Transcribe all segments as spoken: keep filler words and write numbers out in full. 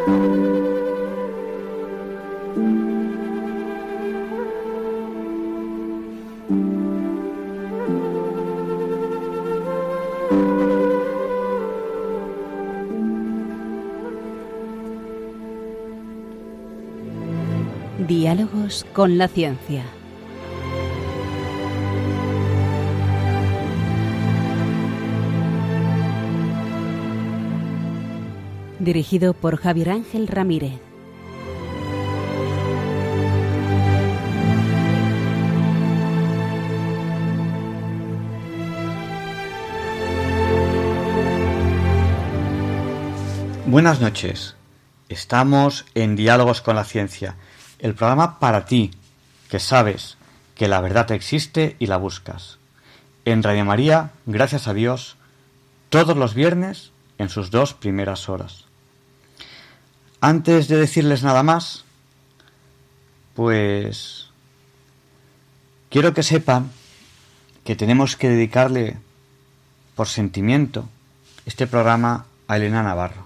Diálogos con la ciencia. Dirigido por Javier Ángel Ramírez. Buenas noches. Estamos en Diálogos con la Ciencia, el programa para ti, que sabes que la verdad existe y la buscas. En Radio María, gracias a Dios, todos los viernes en sus dos primeras horas. Antes de decirles nada más, pues quiero que sepan que tenemos que dedicarle por sentimiento este programa a Elena Navarro.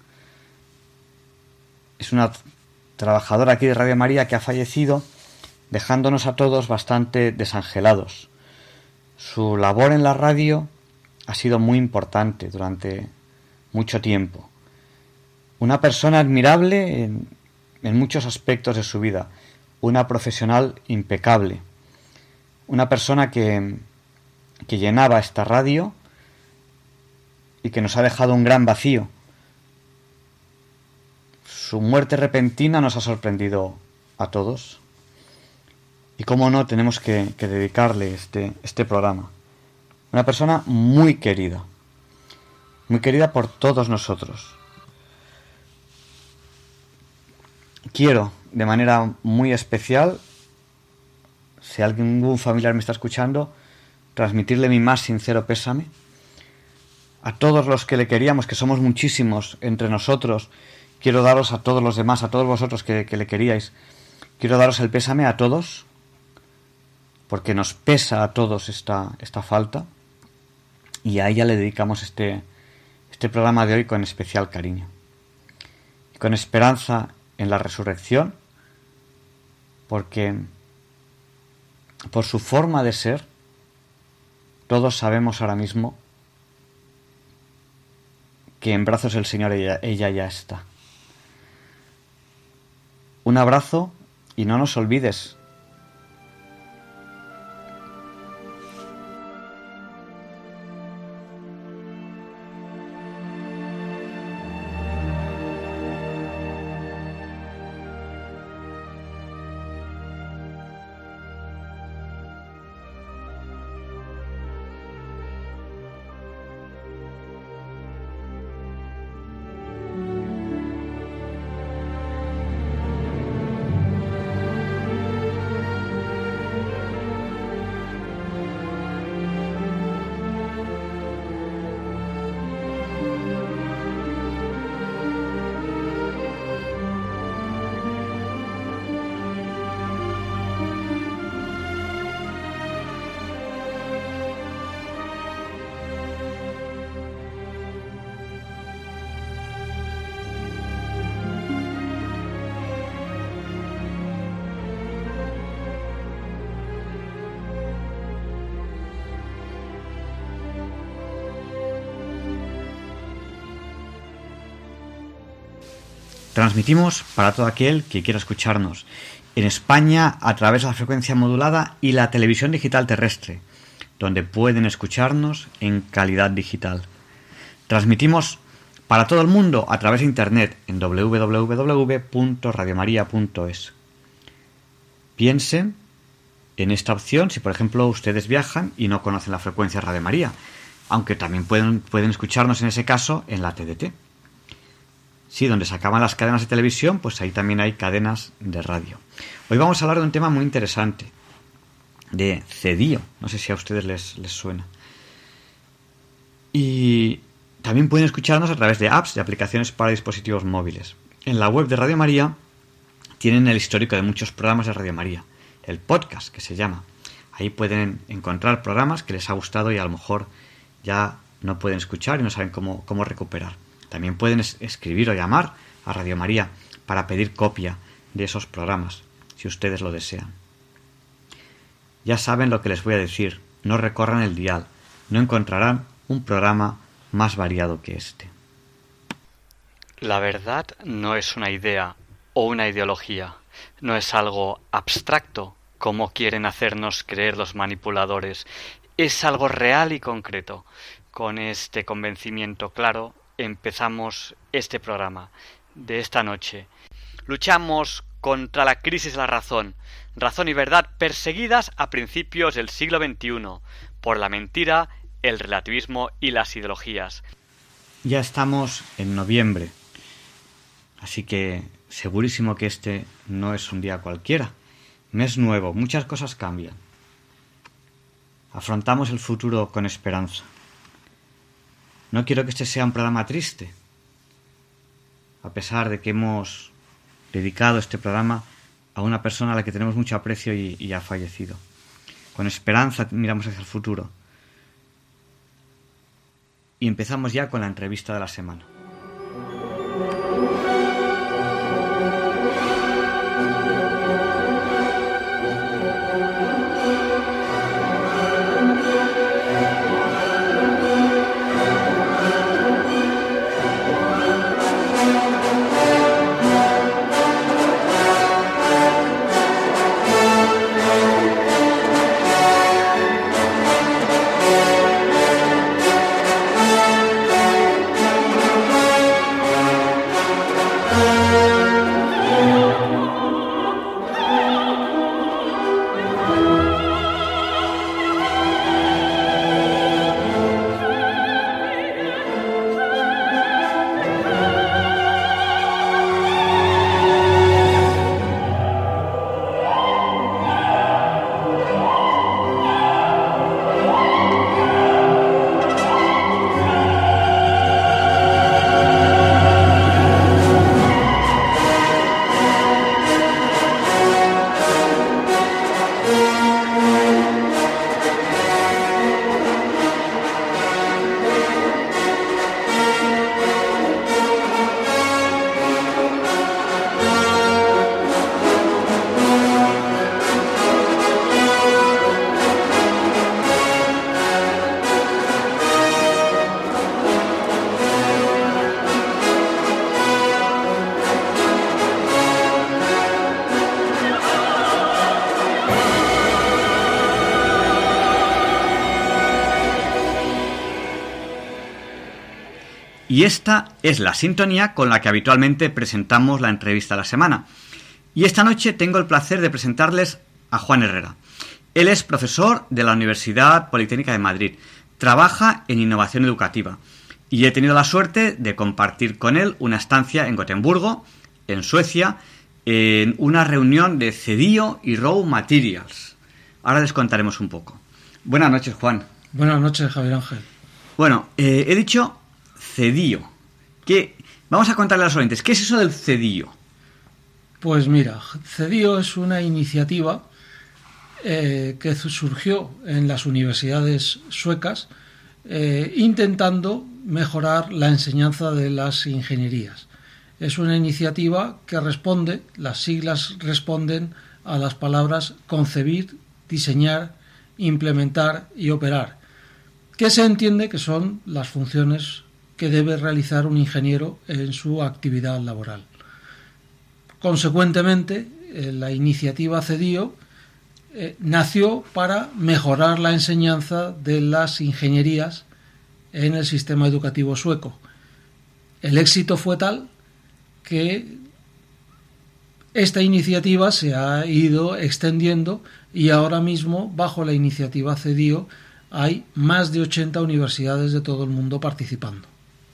Es una trabajadora aquí de Radio María que ha fallecido, dejándonos a todos bastante desangelados. Su labor en la radio ha sido muy importante durante mucho tiempo. Una persona admirable en, en muchos aspectos de su vida, una profesional impecable, una persona que, que llenaba esta radio y que nos ha dejado un gran vacío. Su muerte repentina nos ha sorprendido a todos. Y cómo no, tenemos que, que dedicarle este, este programa. Una persona muy querida. Muy querida por todos nosotros. Quiero, de manera muy especial, si algún familiar me está escuchando, transmitirle mi más sincero pésame. A todos los que le queríamos, que somos muchísimos entre nosotros, quiero daros a todos los demás, a todos vosotros que, que le queríais, quiero daros el pésame a todos, porque nos pesa a todos esta, esta falta, y a ella le dedicamos este, este programa de hoy con especial cariño. Y con esperanza en la resurrección, porque por su forma de ser, todos sabemos ahora mismo que en brazos del Señor ella, ella ya está. Un abrazo y no nos olvides. Transmitimos para todo aquel que quiera escucharnos. En España a través de la frecuencia modulada y la televisión digital terrestre, donde pueden escucharnos en calidad digital. Transmitimos para todo el mundo a través de internet en doble u doble u doble u punto radio maría punto es. Piensen en esta opción si, por ejemplo, ustedes viajan y no conocen la frecuencia Radio María, aunque también pueden, pueden escucharnos en ese caso en la T D T. Sí, donde se acaban las cadenas de televisión, pues ahí también hay cadenas de radio. Hoy vamos a hablar de un tema muy interesante, de Cedío. No sé si a ustedes les, les suena. Y también pueden escucharnos a través de apps, de aplicaciones para dispositivos móviles. En la web de Radio María tienen el histórico de muchos programas de Radio María, el podcast que se llama. Ahí pueden encontrar programas que les ha gustado y a lo mejor ya no pueden escuchar y no saben cómo, cómo recuperar. También pueden es- escribir o llamar a Radio María para pedir copia de esos programas, si ustedes lo desean. Ya saben lo que les voy a decir, no recorran el dial, no encontrarán un programa más variado que este. La verdad no es una idea o una ideología, no es algo abstracto como quieren hacernos creer los manipuladores, es algo real y concreto. Con este convencimiento claro empezamos este programa de esta noche. Luchamos contra la crisis de la razón, razón y verdad perseguidas a principios del siglo veintiuno por la mentira, el relativismo y las ideologías. Ya estamos en noviembre, así que segurísimo que este no es un día cualquiera. Mes nuevo, muchas cosas cambian. Afrontamos el futuro con esperanza. No quiero que este sea un programa triste, a pesar de que hemos dedicado este programa a una persona a la que tenemos mucho aprecio y, y ha fallecido. Con esperanza miramos hacia el futuro. Y empezamos ya con la entrevista de la semana. Y esta es la sintonía con la que habitualmente presentamos la entrevista de la semana. Y esta noche tengo el placer de presentarles a Juan Herrera. Él es profesor de la Universidad Politécnica de Madrid, trabaja en innovación educativa y he tenido la suerte de compartir con él una estancia en Gotemburgo, en Suecia, en una reunión de CEDIO y Raw Materials. Ahora les contaremos un poco. Buenas noches, Juan. Buenas noches, Javier Ángel. Bueno, eh, he dicho CEDIO. ¿Qué? Vamos a contarle a los oyentes, ¿qué es eso del CEDIO? Pues mira, CEDIO es una iniciativa eh, que surgió en las universidades suecas eh, intentando mejorar la enseñanza de las ingenierías. Es una iniciativa que responde, las siglas responden a las palabras concebir, diseñar, implementar y operar, que se entiende que son las funciones que debe realizar un ingeniero en su actividad laboral. Consecuentemente, la iniciativa CEDIO eh, nació para mejorar la enseñanza de las ingenierías en el sistema educativo sueco. El éxito fue tal que esta iniciativa se ha ido extendiendo y ahora mismo, bajo la iniciativa CEDIO, hay más de ochenta universidades de todo el mundo participando.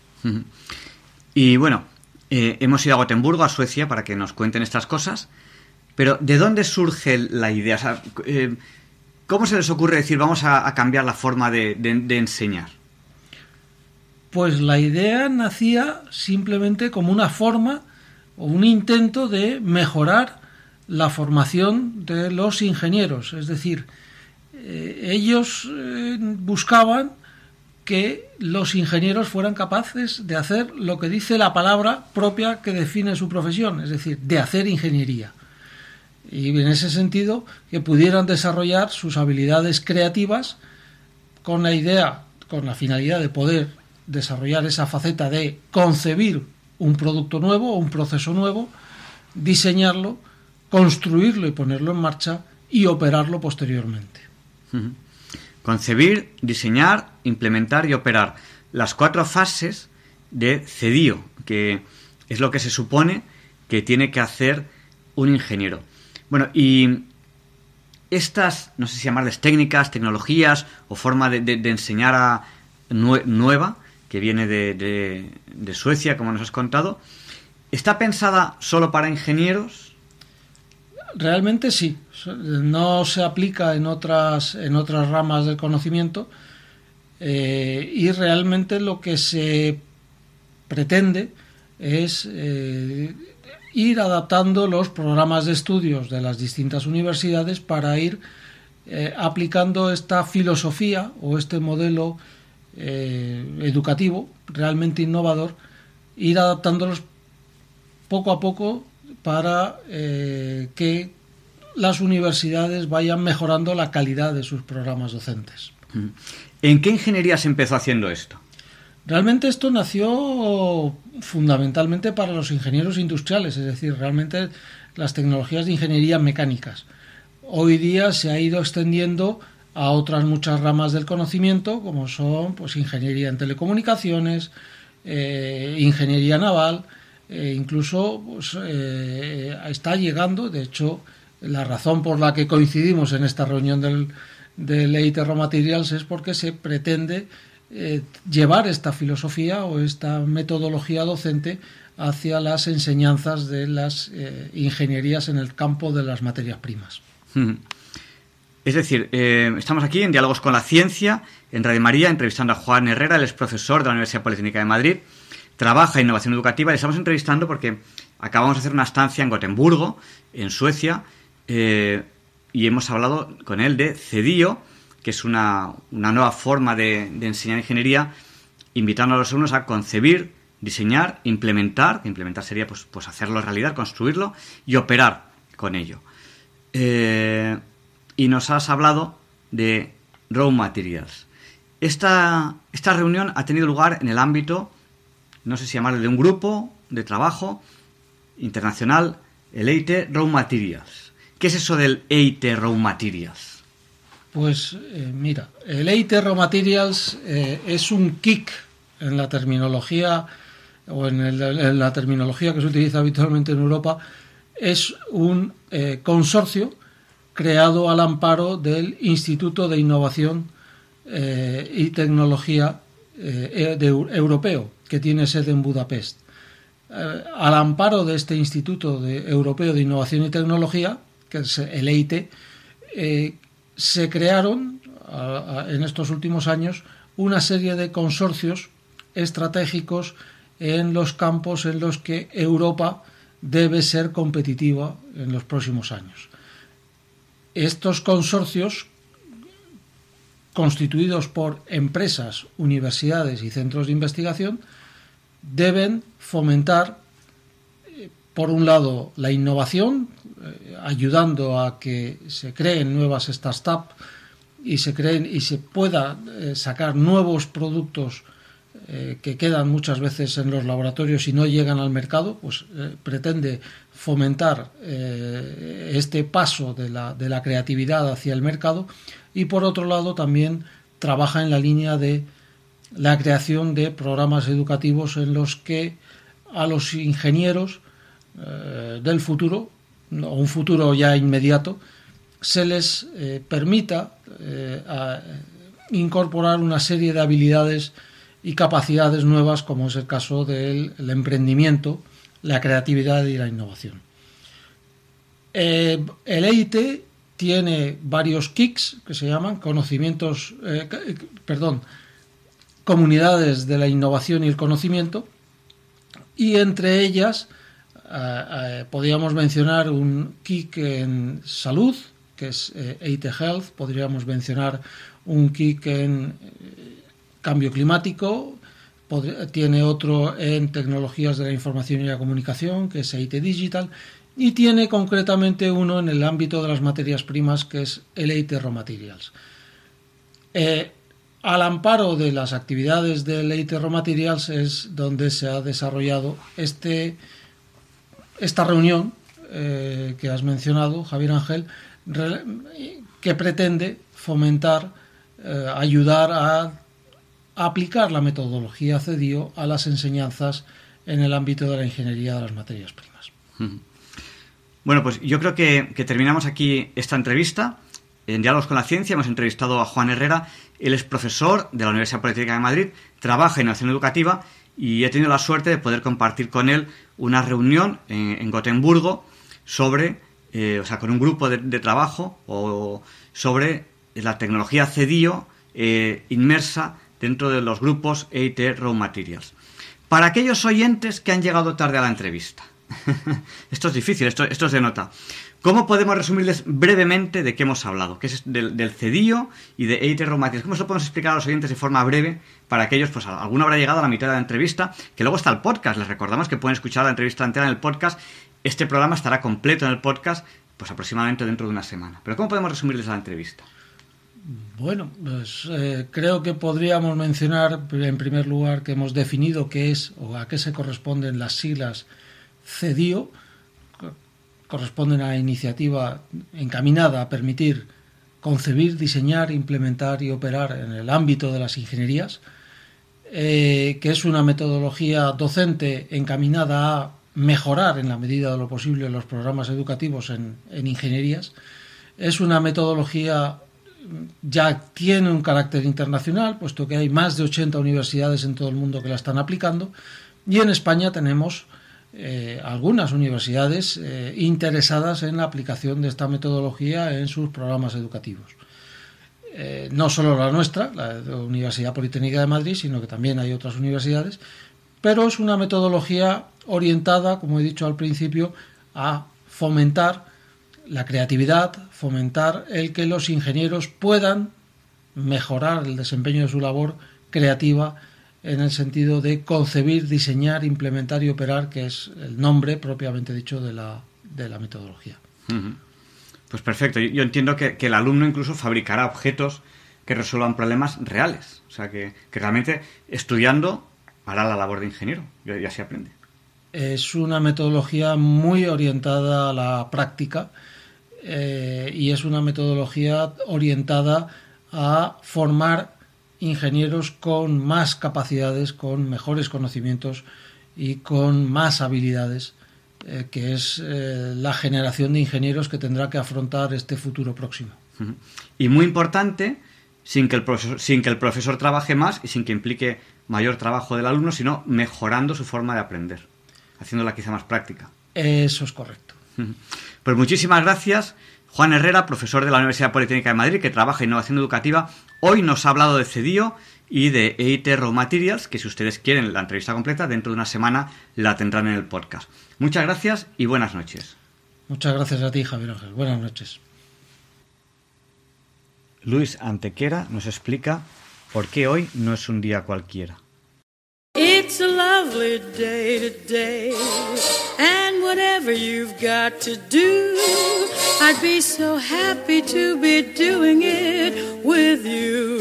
Y bueno, eh, hemos ido a Gotemburgo, a Suecia, para que nos cuenten estas cosas, pero ¿de dónde surge la idea? O sea, eh, ¿cómo se les ocurre decir vamos a, a cambiar la forma de, de, de enseñar? Pues la idea nacía simplemente como una forma o un intento de mejorar la formación de los ingenieros. Es decir, eh, ellos eh, buscaban que los ingenieros fueran capaces de hacer lo que dice la palabra propia que define su profesión, es decir, de hacer ingeniería. Y en ese sentido, que pudieran desarrollar sus habilidades creativas con la idea, con la finalidad de poder desarrollar esa faceta de concebir un producto nuevo o un proceso nuevo, diseñarlo, construirlo y ponerlo en marcha y operarlo posteriormente. Uh-huh. Concebir, diseñar, implementar y operar. Las cuatro fases de CEDIO, que es lo que se supone que tiene que hacer un ingeniero. Bueno, y estas, no sé si llamarles técnicas, tecnologías o forma de, de, de enseñar a nue- nueva, que viene de, de, de Suecia, como nos has contado, ¿está pensada solo para ingenieros? Realmente sí, no se aplica en otras, en otras ramas del conocimiento, eh, y realmente lo que se pretende es eh, ir adaptando los programas de estudios de las distintas universidades para ir eh, aplicando esta filosofía o este modelo eh, educativo realmente innovador, ir adaptándolos poco a poco para eh, que las universidades vayan mejorando la calidad de sus programas docentes. ¿En qué ingeniería se empezó haciendo esto? Realmente esto nació fundamentalmente para los ingenieros industriales, es decir, realmente las tecnologías de ingeniería mecánicas. Hoy día se ha ido extendiendo a otras muchas ramas del conocimiento, como son pues ingeniería en telecomunicaciones, eh, ingeniería naval, eh, incluso pues, eh, está llegando, de hecho, la razón por la que coincidimos en esta reunión del, del E I T Raw Materials es porque se pretende eh, llevar esta filosofía o esta metodología docente hacia las enseñanzas de las eh, ingenierías en el campo de las materias primas. Es decir, eh, estamos aquí en Diálogos con la Ciencia, en Radio María, entrevistando a Juan Herrera, él es profesor de la Universidad Politécnica de Madrid, trabaja en innovación educativa y le estamos entrevistando porque acabamos de hacer una estancia en Gotemburgo, en Suecia, eh, y hemos hablado con él de CEDIO, que es una, una nueva forma de, de enseñar ingeniería, invitando a los alumnos a concebir, diseñar, implementar, implementar sería pues, pues hacerlo realidad, construirlo y operar con ello. Eh, y nos has hablado de Raw Materials. Esta, esta reunión ha tenido lugar en el ámbito, no sé si llamarlo, de un grupo de trabajo internacional, el E I T Raw Materials. ¿Qué es eso del E I T Raw Materials? Pues eh, mira, el E I T Raw Materials eh, es un K I C en la terminología o en, el, en la terminología que se utiliza habitualmente en Europa. Es un eh, consorcio creado al amparo del Instituto de Innovación eh, y Tecnología eh, de, Europeo, que tiene sede en Budapest. Eh, al amparo de este Instituto de, Europeo de Innovación y Tecnología, que es el E I T, eh, se crearon a, a, en estos últimos años una serie de consorcios estratégicos en los campos en los que Europa debe ser competitiva en los próximos años. Estos consorcios, constituidos por empresas, universidades y centros de investigación, deben fomentar, por un lado, la innovación, eh, ayudando a que se creen nuevas startups y se creen y se pueda eh, sacar nuevos productos eh, que quedan muchas veces en los laboratorios y no llegan al mercado, pues eh, pretende fomentar eh, este paso de la, de la creatividad hacia el mercado, y por otro lado también trabaja en la línea de la creación de programas educativos en los que a los ingenieros eh, del futuro, o un futuro ya inmediato, se les eh, permita eh, a, incorporar una serie de habilidades y capacidades nuevas, como es el caso del el emprendimiento, la creatividad y la innovación. Eh, el E I T tiene varios K I Cs que se llaman conocimientos, eh, perdón, comunidades de la innovación y el conocimiento, y entre ellas eh, eh, podríamos mencionar un K I C en salud, que es eh, E I T Health, podríamos mencionar un K I C en eh, cambio climático, tiene otro en tecnologías de la información y la comunicación, que es E I T Digital, y tiene concretamente uno en el ámbito de las materias primas, que es el E I T Raw Materials. Eh, al amparo de las actividades del E I T Raw Materials es donde se ha desarrollado este, esta reunión eh, que has mencionado, Javier Ángel, re, que pretende fomentar, eh, ayudar a, a aplicar la metodología CEDIO a las enseñanzas en el ámbito de la ingeniería de las materias primas. Bueno, pues yo creo que, que terminamos aquí esta entrevista. En Diálogos con la Ciencia hemos entrevistado a Juan Herrera. Él es profesor de la Universidad Politécnica de Madrid, trabaja en innovación educativa y he tenido la suerte de poder compartir con él una reunión en, en Gotemburgo sobre, eh, o sea, con un grupo de, de trabajo o, sobre la tecnología CEDIO eh, inmersa dentro de los grupos E I T Raw Materials. Para aquellos oyentes que han llegado tarde a la entrevista, esto es difícil, esto, esto es de nota. ¿Cómo podemos resumirles brevemente de qué hemos hablado? ¿Qué es del, del CEDIO y de E I T Raw Materials? ¿Cómo se lo podemos explicar a los oyentes de forma breve para aquellos, pues alguno habrá llegado a la mitad de la entrevista, que luego está el podcast? Les recordamos que pueden escuchar la entrevista entera en el podcast. Este programa estará completo en el podcast, pues aproximadamente dentro de una semana. Pero ¿cómo podemos resumirles la entrevista? Bueno, pues eh, creo que podríamos mencionar en primer lugar que hemos definido qué es o a qué se corresponden las siglas CEDIO. Corresponden a la iniciativa encaminada a permitir concebir, diseñar, implementar y operar en el ámbito de las ingenierías, eh, que es una metodología docente encaminada a mejorar en la medida de lo posible los programas educativos en, en ingenierías. Es una metodología, ya tiene un carácter internacional, puesto que hay más de ochenta universidades en todo el mundo que la están aplicando, y en España tenemos Eh, algunas universidades eh, interesadas en la aplicación de esta metodología en sus programas educativos. Eh, no solo la nuestra, la Universidad Politécnica de Madrid, sino que también hay otras universidades, pero es una metodología orientada, como he dicho al principio, a fomentar la creatividad, fomentar el que los ingenieros puedan mejorar el desempeño de su labor creativa en el sentido de concebir, diseñar, implementar y operar, que es el nombre propiamente dicho de la, de la metodología. Uh-huh. Pues perfecto. Yo entiendo que, que el alumno incluso fabricará objetos que resuelvan problemas reales. O sea, que, que realmente estudiando hará la labor de ingeniero y, y así aprende. Es una metodología muy orientada a la práctica eh, y es una metodología orientada a formar ingenieros con más capacidades, con mejores conocimientos y con más habilidades, eh, que es eh, la generación de ingenieros que tendrá que afrontar este futuro próximo. Y muy importante, sin que el profesor, sin que el profesor trabaje más y sin que implique mayor trabajo del alumno, sino mejorando su forma de aprender, haciéndola quizá más práctica. Eso es correcto. Pues muchísimas gracias, Juan Herrera, profesor de la Universidad Politécnica de Madrid, que trabaja en innovación educativa. Hoy nos ha hablado de CEDIO y de E I T Raw Materials, que si ustedes quieren la entrevista completa, dentro de una semana la tendrán en el podcast. Muchas gracias y buenas noches. Muchas gracias a ti, Javier Ángel. Buenas noches. Luis Antequera nos explica por qué hoy no es un día cualquiera. It's a lovely day today, and whatever you've got to do, I'd be so happy to be doing it with you.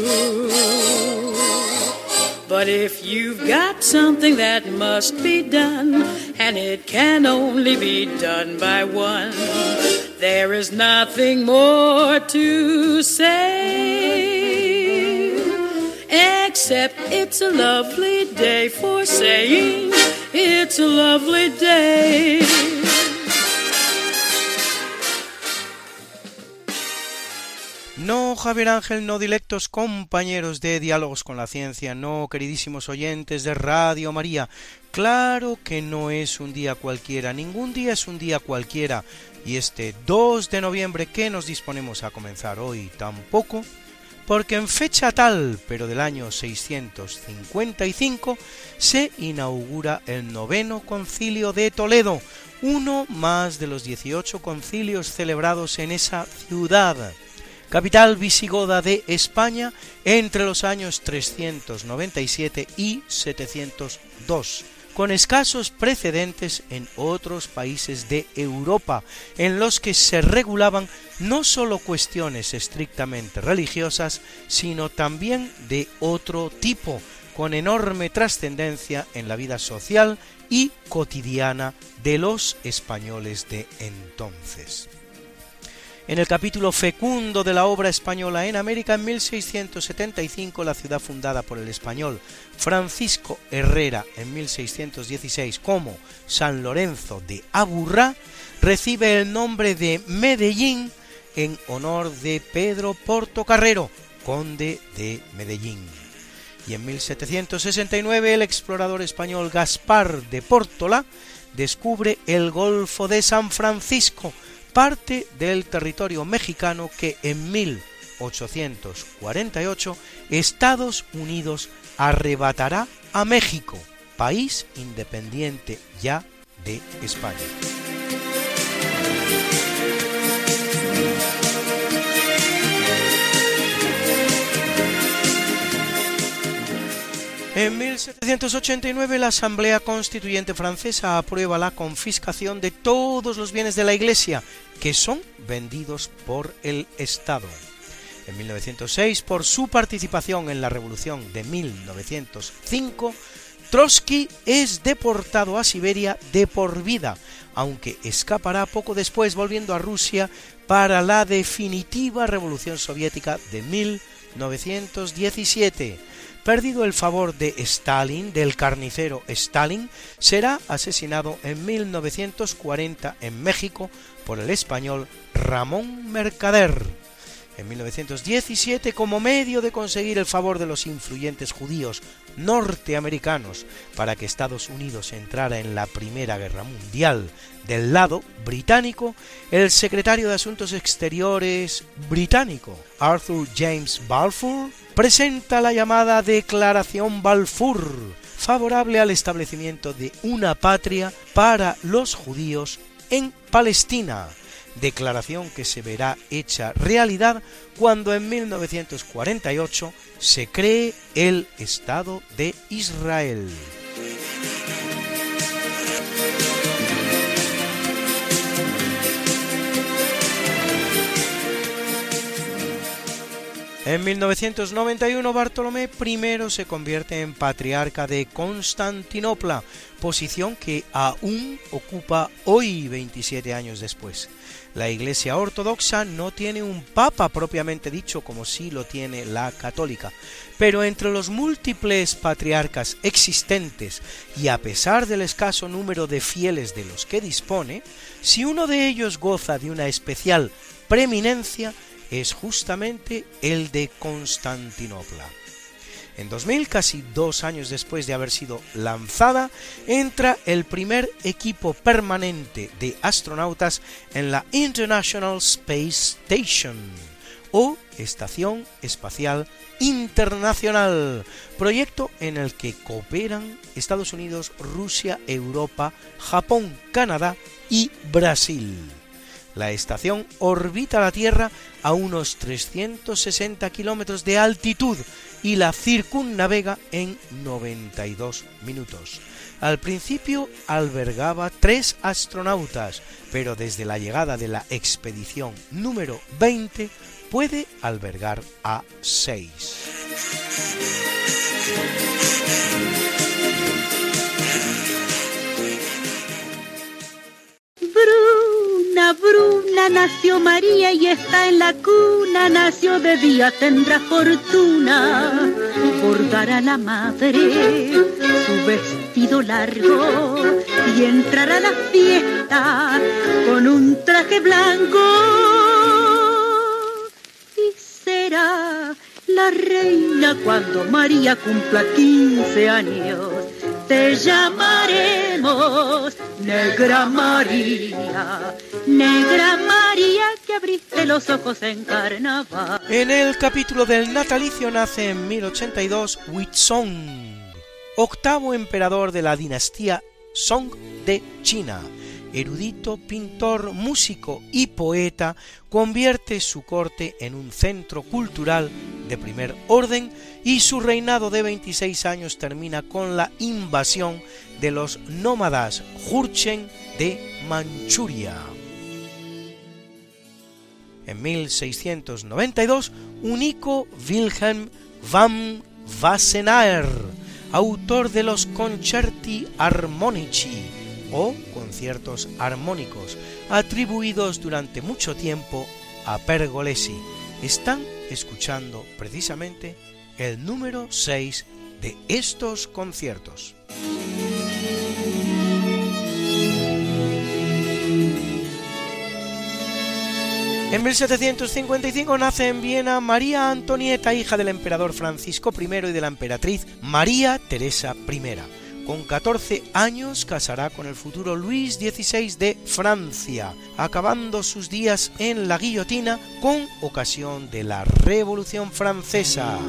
But if you've got something that must be done, and it can only be done by one, there is nothing more to say. Except it's a lovely day for saying it's a lovely day. No, Javier Ángel, no, dilectos compañeros de Diálogos con la Ciencia, no, queridísimos oyentes de Radio María. Claro que no es un día cualquiera, ningún día es un día cualquiera. Y este dos de noviembre que nos disponemos a comenzar hoy tampoco, porque en fecha tal, pero del año seiscientos cincuenta y cinco, se inaugura el noveno concilio de Toledo, uno más de los dieciocho concilios celebrados en esa ciudad. capital visigoda de España entre los años trescientos noventa y siete y setecientos dos, con escasos precedentes en otros países de Europa, en los que se regulaban no solo cuestiones estrictamente religiosas, sino también de otro tipo, con enorme trascendencia en la vida social y cotidiana de los españoles de entonces. En el capítulo fecundo de la obra española en América, en mil seiscientos setenta y cinco, la ciudad fundada por el español Francisco Herrera en mil seiscientos dieciséis como San Lorenzo de Aburrá recibe el nombre de Medellín en honor de Pedro Portocarrero, conde de Medellín. Y en mil setecientos sesenta y nueve el explorador español Gaspar de Pórtola descubre el Golfo de San Francisco, parte del territorio mexicano que en mil ochocientos cuarenta y ocho Estados Unidos arrebatará a México, país independiente ya de España. En mil setecientos ochenta y nueve la Asamblea Constituyente francesa aprueba la confiscación de todos los bienes de la Iglesia que son vendidos por el Estado. En mil novecientos seis, por su participación en la Revolución de mil novecientos cinco, Trotsky es deportado a Siberia de por vida, aunque escapará poco después volviendo a Rusia para la definitiva Revolución Soviética de mil novecientos diecisiete. Perdido el favor de Stalin, del carnicero Stalin, será asesinado en mil novecientos cuarenta en México por el español Ramón Mercader. En mil novecientos diecisiete, como medio de conseguir el favor de los influyentes judíos norteamericanos para que Estados Unidos entrara en la Primera Guerra Mundial del lado británico, el secretario de Asuntos Exteriores británico, Arthur James Balfour, presenta la llamada Declaración Balfour, favorable al establecimiento de una patria para los judíos en Palestina, declaración que se verá hecha realidad cuando en mil novecientos cuarenta y ocho se cree el Estado de Israel. En mil novecientos noventa y uno Bartolomé I se convierte en patriarca de Constantinopla, posición que aún ocupa hoy, veintisiete años después. La Iglesia Ortodoxa no tiene un papa propiamente dicho como sí lo tiene la católica, pero entre los múltiples patriarcas existentes y a pesar del escaso número de fieles de los que dispone, si uno de ellos goza de una especial preeminencia, es justamente el de Constantinopla. En dos mil, casi dos años después de haber sido lanzada, entra el primer equipo permanente de astronautas en la International Space Station, o Estación Espacial Internacional, proyecto en el que cooperan Estados Unidos, Rusia, Europa, Japón, Canadá y Brasil. La estación orbita la Tierra a unos trescientos sesenta kilómetros de altitud y la circunnavega en noventa y dos minutos. Al principio albergaba tres astronautas, pero desde la llegada de la expedición número veinte puede albergar a seis. Bruna, Bruna, nació María y está en la cuna, nació de día, tendrá fortuna, bordará la madre su vestido largo y entrará a la fiesta con un traje blanco y será la reina cuando María cumpla quince años. Te llamaremos Negra María, Negra María, que abriste los ojos en carnaval. En el capítulo del natalicio nace en mil ochenta y dos Huizong, octavo emperador de la dinastía Song de China, erudito, pintor, músico y poeta, convierte su corte en un centro cultural de primer orden y su reinado de veintiséis años termina con la invasión de los nómadas Jurchen de Manchuria. En mil seiscientos noventa y dos, Unico Wilhelm van Wassenaer, autor de los Concerti Armonici o conciertos armónicos, atribuidos durante mucho tiempo a Pergolesi. Están escuchando precisamente el número seis de estos conciertos. En mil setecientos cincuenta y cinco nace en Viena María Antonieta, hija del emperador Francisco primero y de la emperatriz María Teresa primera. Con catorce años casará con el futuro Luis dieciséis de Francia, acabando sus días en la guillotina con ocasión de la Revolución Francesa.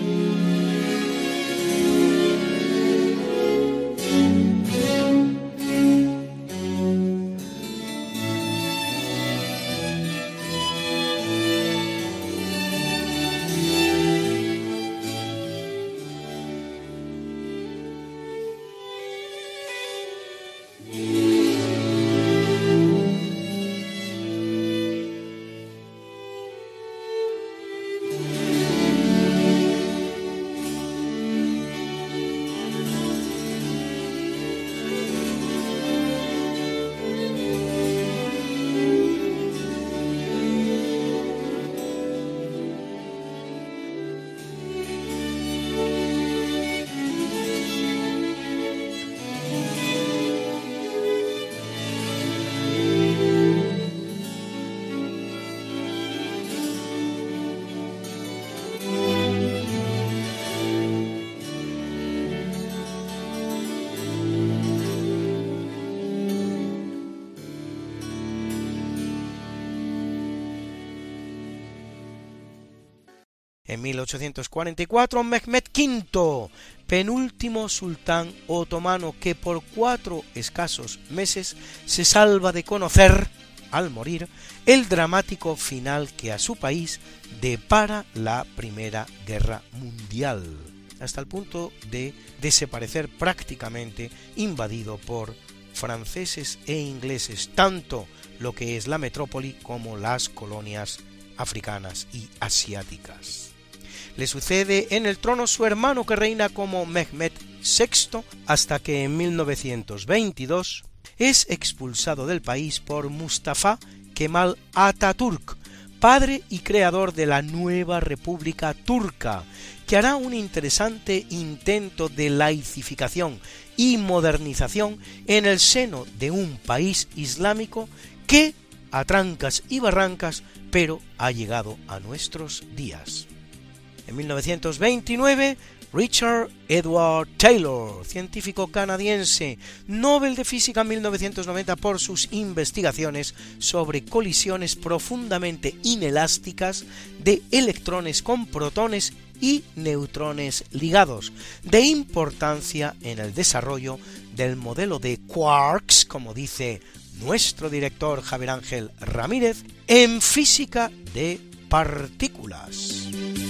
En mil ochocientos cuarenta y cuatro, Mehmed quinto, penúltimo sultán otomano que por cuatro escasos meses se salva de conocer, al morir, el dramático final que a su país depara la Primera Guerra Mundial, hasta el punto de desaparecer prácticamente, invadido por franceses e ingleses, tanto lo que es la metrópoli como las colonias africanas y asiáticas. Le sucede en el trono su hermano, que reina como Mehmed sexto, hasta que en mil novecientos veintidós es expulsado del país por Mustafa Kemal Atatürk, padre y creador de la nueva República Turca, que hará un interesante intento de laicificación y modernización en el seno de un país islámico que, a trancas y barrancas, pero ha llegado a nuestros días. En mil novecientos veintinueve, Richard Edward Taylor, científico canadiense, Nobel de Física en mil novecientos noventa por sus investigaciones sobre colisiones profundamente inelásticas de electrones con protones y neutrones ligados, de importancia en el desarrollo del modelo de quarks, como dice nuestro director Javier Ángel Ramírez, en física de partículas.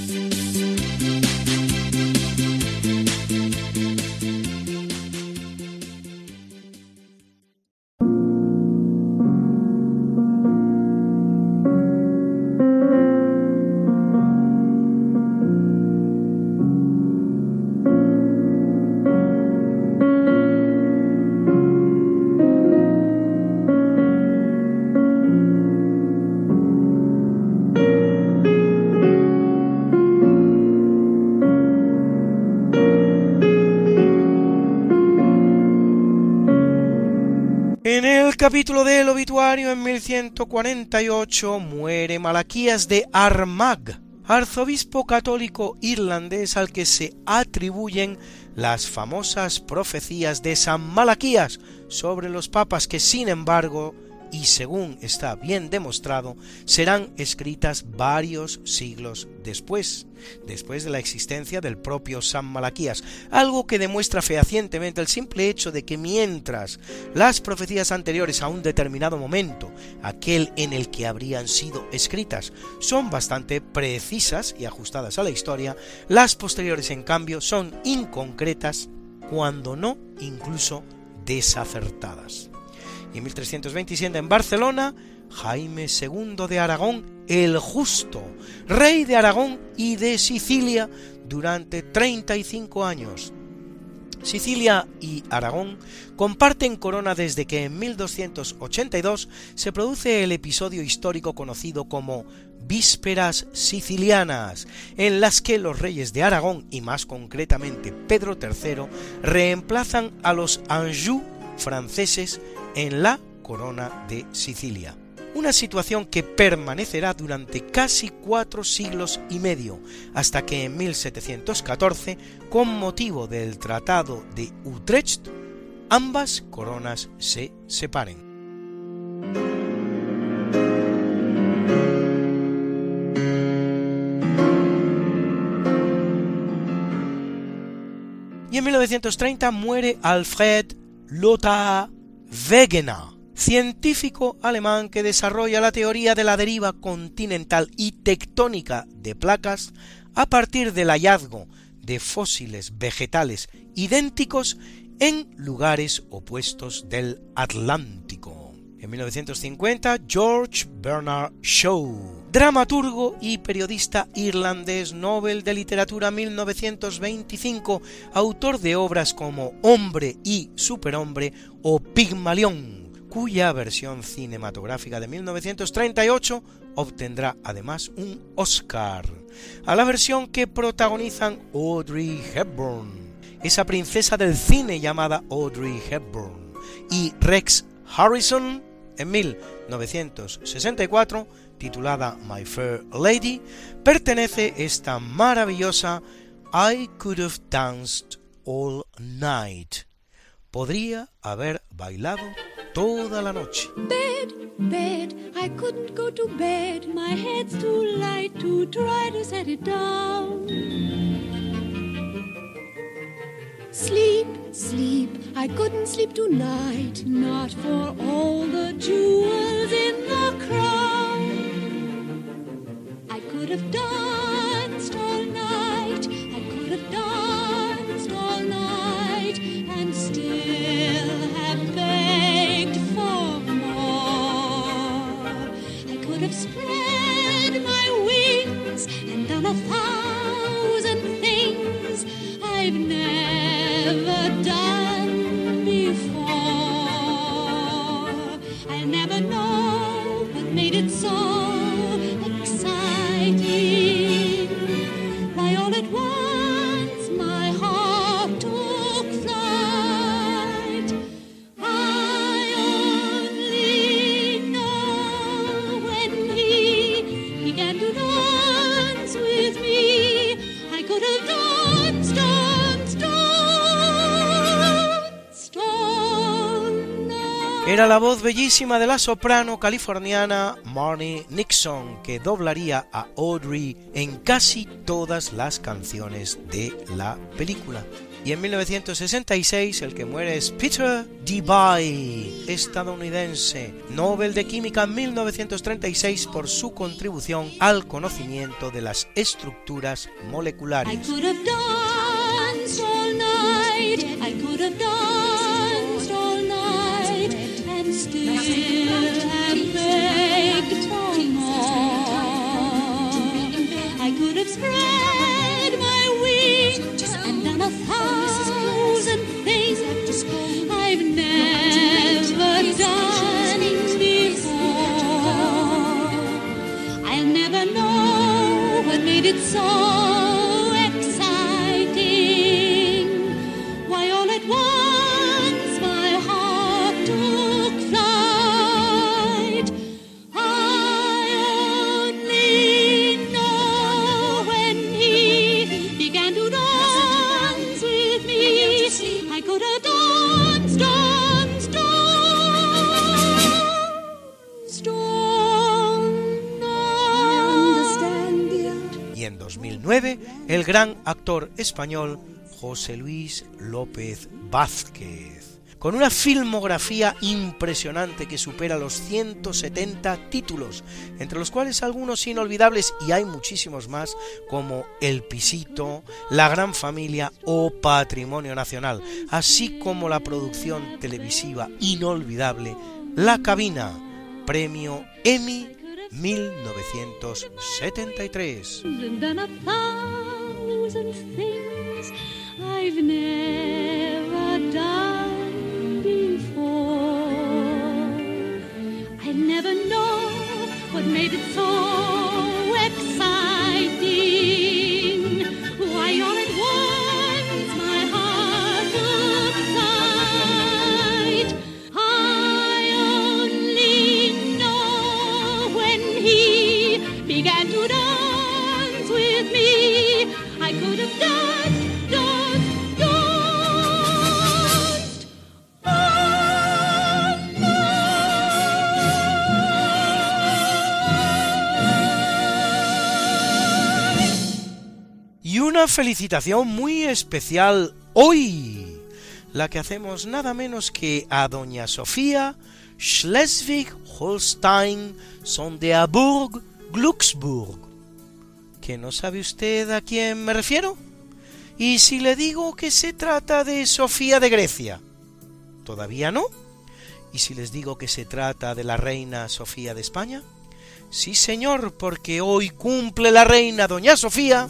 En el capítulo del obituario, en mil ciento cuarenta y ocho, muere Malaquías de Armagh, arzobispo católico irlandés al que se atribuyen las famosas profecías de San Malaquías sobre los papas, que sin embargo y según está bien demostrado, serán escritas varios siglos después, después de la existencia del propio San Malaquías, algo que demuestra fehacientemente el simple hecho de que mientras las profecías anteriores a un determinado momento, aquel en el que habrían sido escritas, son bastante precisas y ajustadas a la historia, las posteriores en cambio son inconcretas, cuando no incluso desacertadas. Y en mil trescientos veintisiete en Barcelona, Jaime segundo de Aragón, el Justo, rey de Aragón y de Sicilia durante treinta y cinco años. Sicilia y Aragón comparten corona desde que en mil doscientos ochenta y dos se produce el episodio histórico conocido como Vísperas Sicilianas, en las que los reyes de Aragón y más concretamente Pedro tercero reemplazan a los Anjou franceses en la corona de Sicilia. Una situación que permanecerá durante casi cuatro siglos y medio, hasta que en mil setecientos catorce, con motivo del Tratado de Utrecht, ambas coronas se separen. Y en mil novecientos treinta muere Alfred Lothar Wegener, científico alemán que desarrolla la teoría de la deriva continental y tectónica de placas a partir del hallazgo de fósiles vegetales idénticos en lugares opuestos del Atlántico. En mil novecientos cincuenta, George Bernard Shaw, dramaturgo y periodista irlandés, Nobel de Literatura mil novecientos veinticinco, autor de obras como Hombre y Superhombre o Pigmalión, cuya versión cinematográfica de mil novecientos treinta y ocho obtendrá además un Oscar, a la versión que protagonizan Audrey Hepburn, esa princesa del cine llamada Audrey Hepburn, y Rex Harrison en mil novecientos sesenta y cuatro, titulada My Fair Lady, pertenece esta maravillosa I Could Have Danced All Night. Podría haber bailado toda la noche. Bed, bed, I couldn't go to bed. My head's too light to try to set it down. Sleep, sleep, I couldn't sleep tonight. Not for all the jewels in the crown. I could have danced all night. I could have danced all night and still have begged for more. I could have spread my wings and done a thousand things I've never done before. I'll never know what made it so exciting. Why all at once my heart took flight. I only know when he began to dance with me, I could have danced, danced, danced all night. Era la voz bellísima de la soprano californiana Marni Nixon, que doblaría a Audrey en casi todas las canciones de la película. Y en mil novecientos sesenta y seis el que muere es Peter Debye, estadounidense, Nobel de Química en mil novecientos treinta y seis por su contribución al conocimiento de las estructuras moleculares. I could have danced all night. I could have danced all night and still have begged for more. I could have spread my wings and done a thousand things I've never done before. I'll never know what made it so exciting. Why all at once nueve, el gran actor español José Luis López Vázquez, con una filmografía impresionante que supera los ciento setenta títulos, entre los cuales algunos inolvidables y hay muchísimos más, como El Pisito, La Gran Familia o Patrimonio Nacional, así como la producción televisiva inolvidable La Cabina, premio Emmy mil novecientos setenta y tres. I've never done before. I never know what made it so exciting. Why all at once my heart took flight. I only know when he began to dance with me, I could have danced, danced. Y una felicitación muy especial hoy, la que hacemos nada menos que a doña Sofía Schleswig-Holstein-Sonderburg-Glücksburg. ¿Que no sabe usted a quién me refiero? ¿Y si le digo que se trata de Sofía de Grecia? ¿Todavía no? ¿Y si les digo que se trata de la reina Sofía de España? Sí, señor, porque hoy cumple la reina doña Sofía.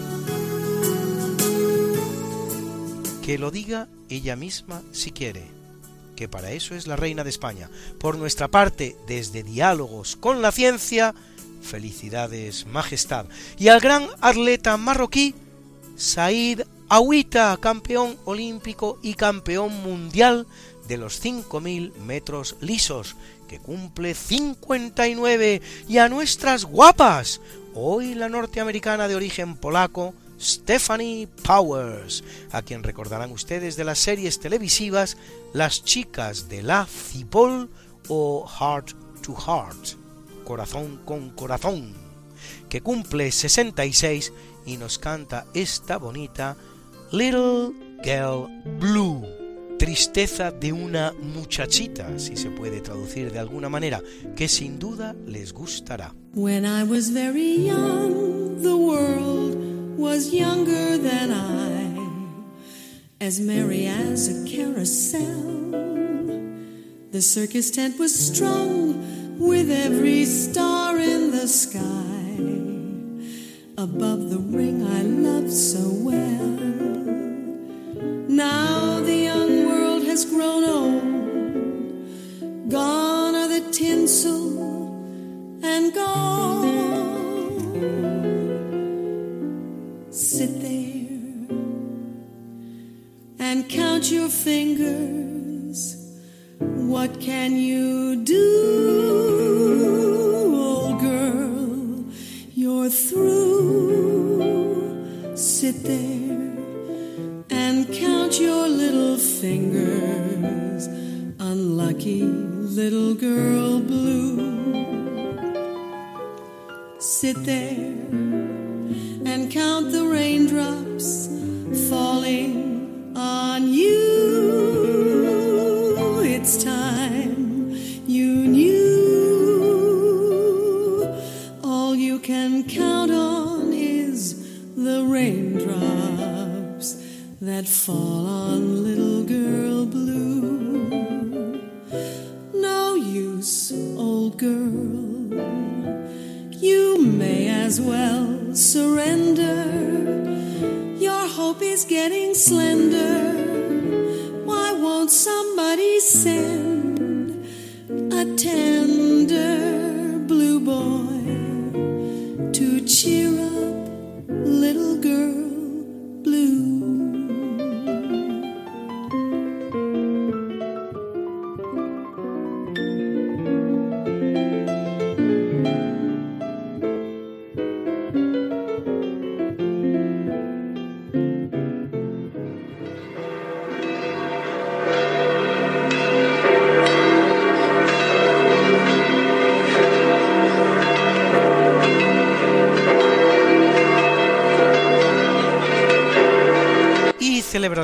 Que lo diga ella misma si quiere, que para eso es la reina de España. Por nuestra parte, desde Diálogos con la Ciencia, felicidades, majestad. Y al gran atleta marroquí, Said Aouita, campeón olímpico y campeón mundial de los cinco mil metros lisos, que cumple cincuenta y nueve, y a nuestras guapas, hoy la norteamericana de origen polaco, Stephanie Powers, a quien recordarán ustedes de las series televisivas Las chicas de la Cipol o Heart to Heart, Corazón con Corazón, que cumple sesenta y seis y nos canta esta bonita Little Girl Blue, tristeza de una muchachita, si se puede traducir de alguna manera, que sin duda les gustará. When I was very young, the world was younger than I, as merry as a carousel. The circus tent was strung with every star in the sky, above the ring I loved so well. Now the young world has grown old, gone are the tinsel and gold. Sit there and count your fingers. What can you do, old girl? You're through. Sit there and count your little fingers. Unlucky little girl blue. Sit there and count the raindrops falling on you. It's time you knew. All you can count on is the raindrops that fall on little girl blue. No use, old girl, you may as well surrender. Your hope is getting slender. Why won't somebody send a tender blue boy to cheer up little girl blue?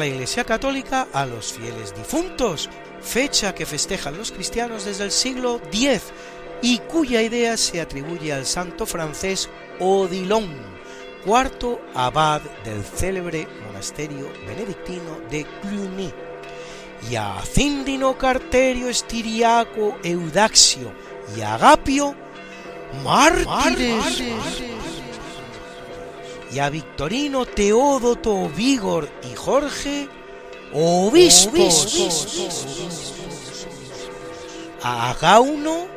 la Iglesia Católica a los fieles difuntos, fecha que festejan los cristianos desde el siglo diez y cuya idea se atribuye al santo francés Odilon, cuarto abad del célebre monasterio benedictino de Cluny, y a Cíndino, Carterio, Estiriaco, Eudaxio y Agapio, mártires, y a Victorino, Teódoto, Vígor y Jorge, obispos, a Agauno,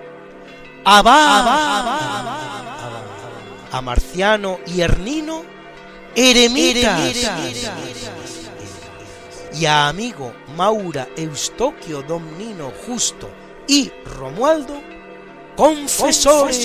abad, a Marciano y Hernino, eremitas, y a Amigo, Maura, Eustoquio, Domnino, Justo y Romualdo, confesores.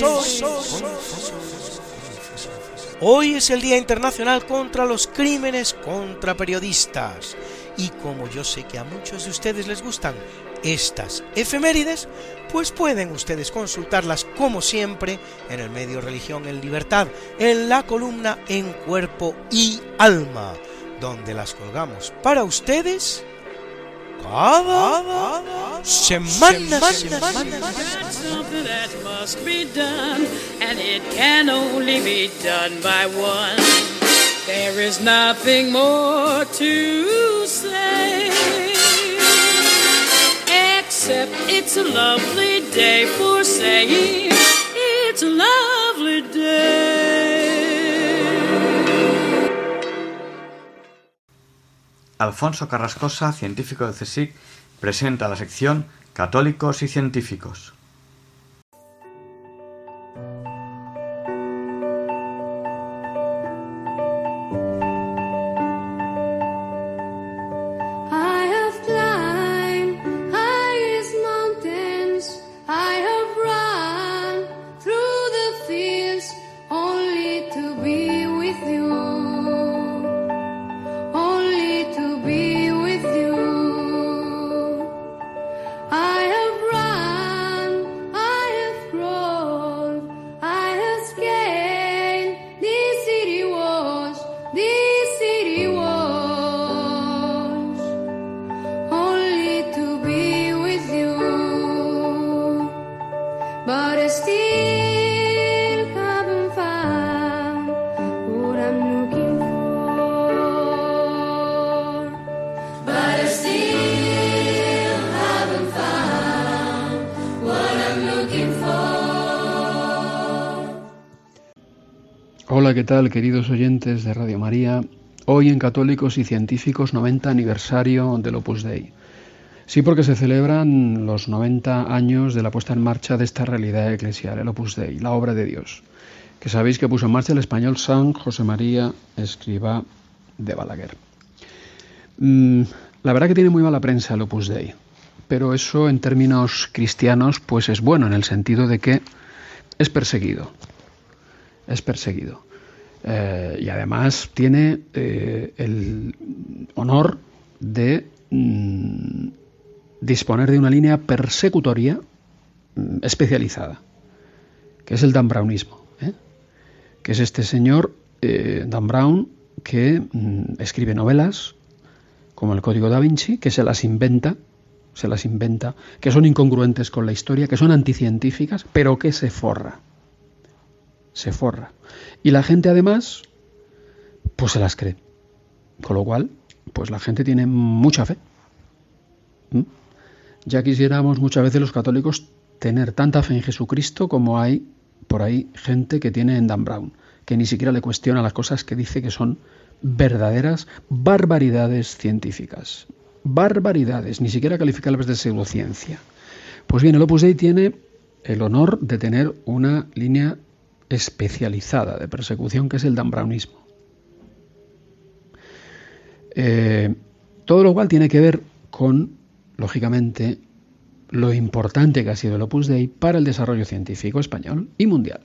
Hoy es el Día Internacional contra los Crímenes contra Periodistas, y como yo sé que a muchos de ustedes les gustan estas efemérides, pues pueden ustedes consultarlas como siempre en el medio Religión en Libertad, en la columna En Cuerpo y Alma, donde las colgamos para ustedes cada, cada semana. Something that must be done, and it can only be done by one. There is nothing more to say, except it's a lovely day for saying it's a lovely day. Alfonso Carrascosa, científico del CSIC, presenta la sección Católicos y Científicos. Hola, ¿qué tal, queridos oyentes de Radio María? Hoy en Católicos y Científicos, noventa aniversario del Opus Dei. Sí, porque se celebran los noventa años de la puesta en marcha de esta realidad eclesial, el Opus Dei, la obra de Dios, que sabéis que puso en marcha el español San José María Escrivá de Balaguer. Mm, la verdad que tiene muy mala prensa el Opus Dei, pero eso en términos cristianos pues es bueno, en el sentido de que es perseguido. Es perseguido. Eh, y además tiene eh, el honor de mm, disponer de una línea persecutoria mm, especializada, que es el Dan Brownismo, ¿eh? que es este señor, eh, Dan Brown, que mm, escribe novelas como el Código da Vinci, que se las inventa, se las inventa, que son incongruentes con la historia, que son anticientíficas, pero que se forra. Se forra. Y la gente además, pues se las cree. Con lo cual, pues la gente tiene mucha fe. ¿Mm? Ya quisiéramos muchas veces los católicos tener tanta fe en Jesucristo como hay por ahí gente que tiene en Dan Brown, que ni siquiera le cuestiona las cosas que dice que son verdaderas barbaridades científicas. Barbaridades, ni siquiera calificables de pseudociencia. Pues bien, el Opus Dei tiene el honor de tener una línea especializada de persecución, que es el Dan Brownismo. Eh, todo lo cual tiene que ver con, lógicamente, lo importante que ha sido el Opus Dei para el desarrollo científico español y mundial.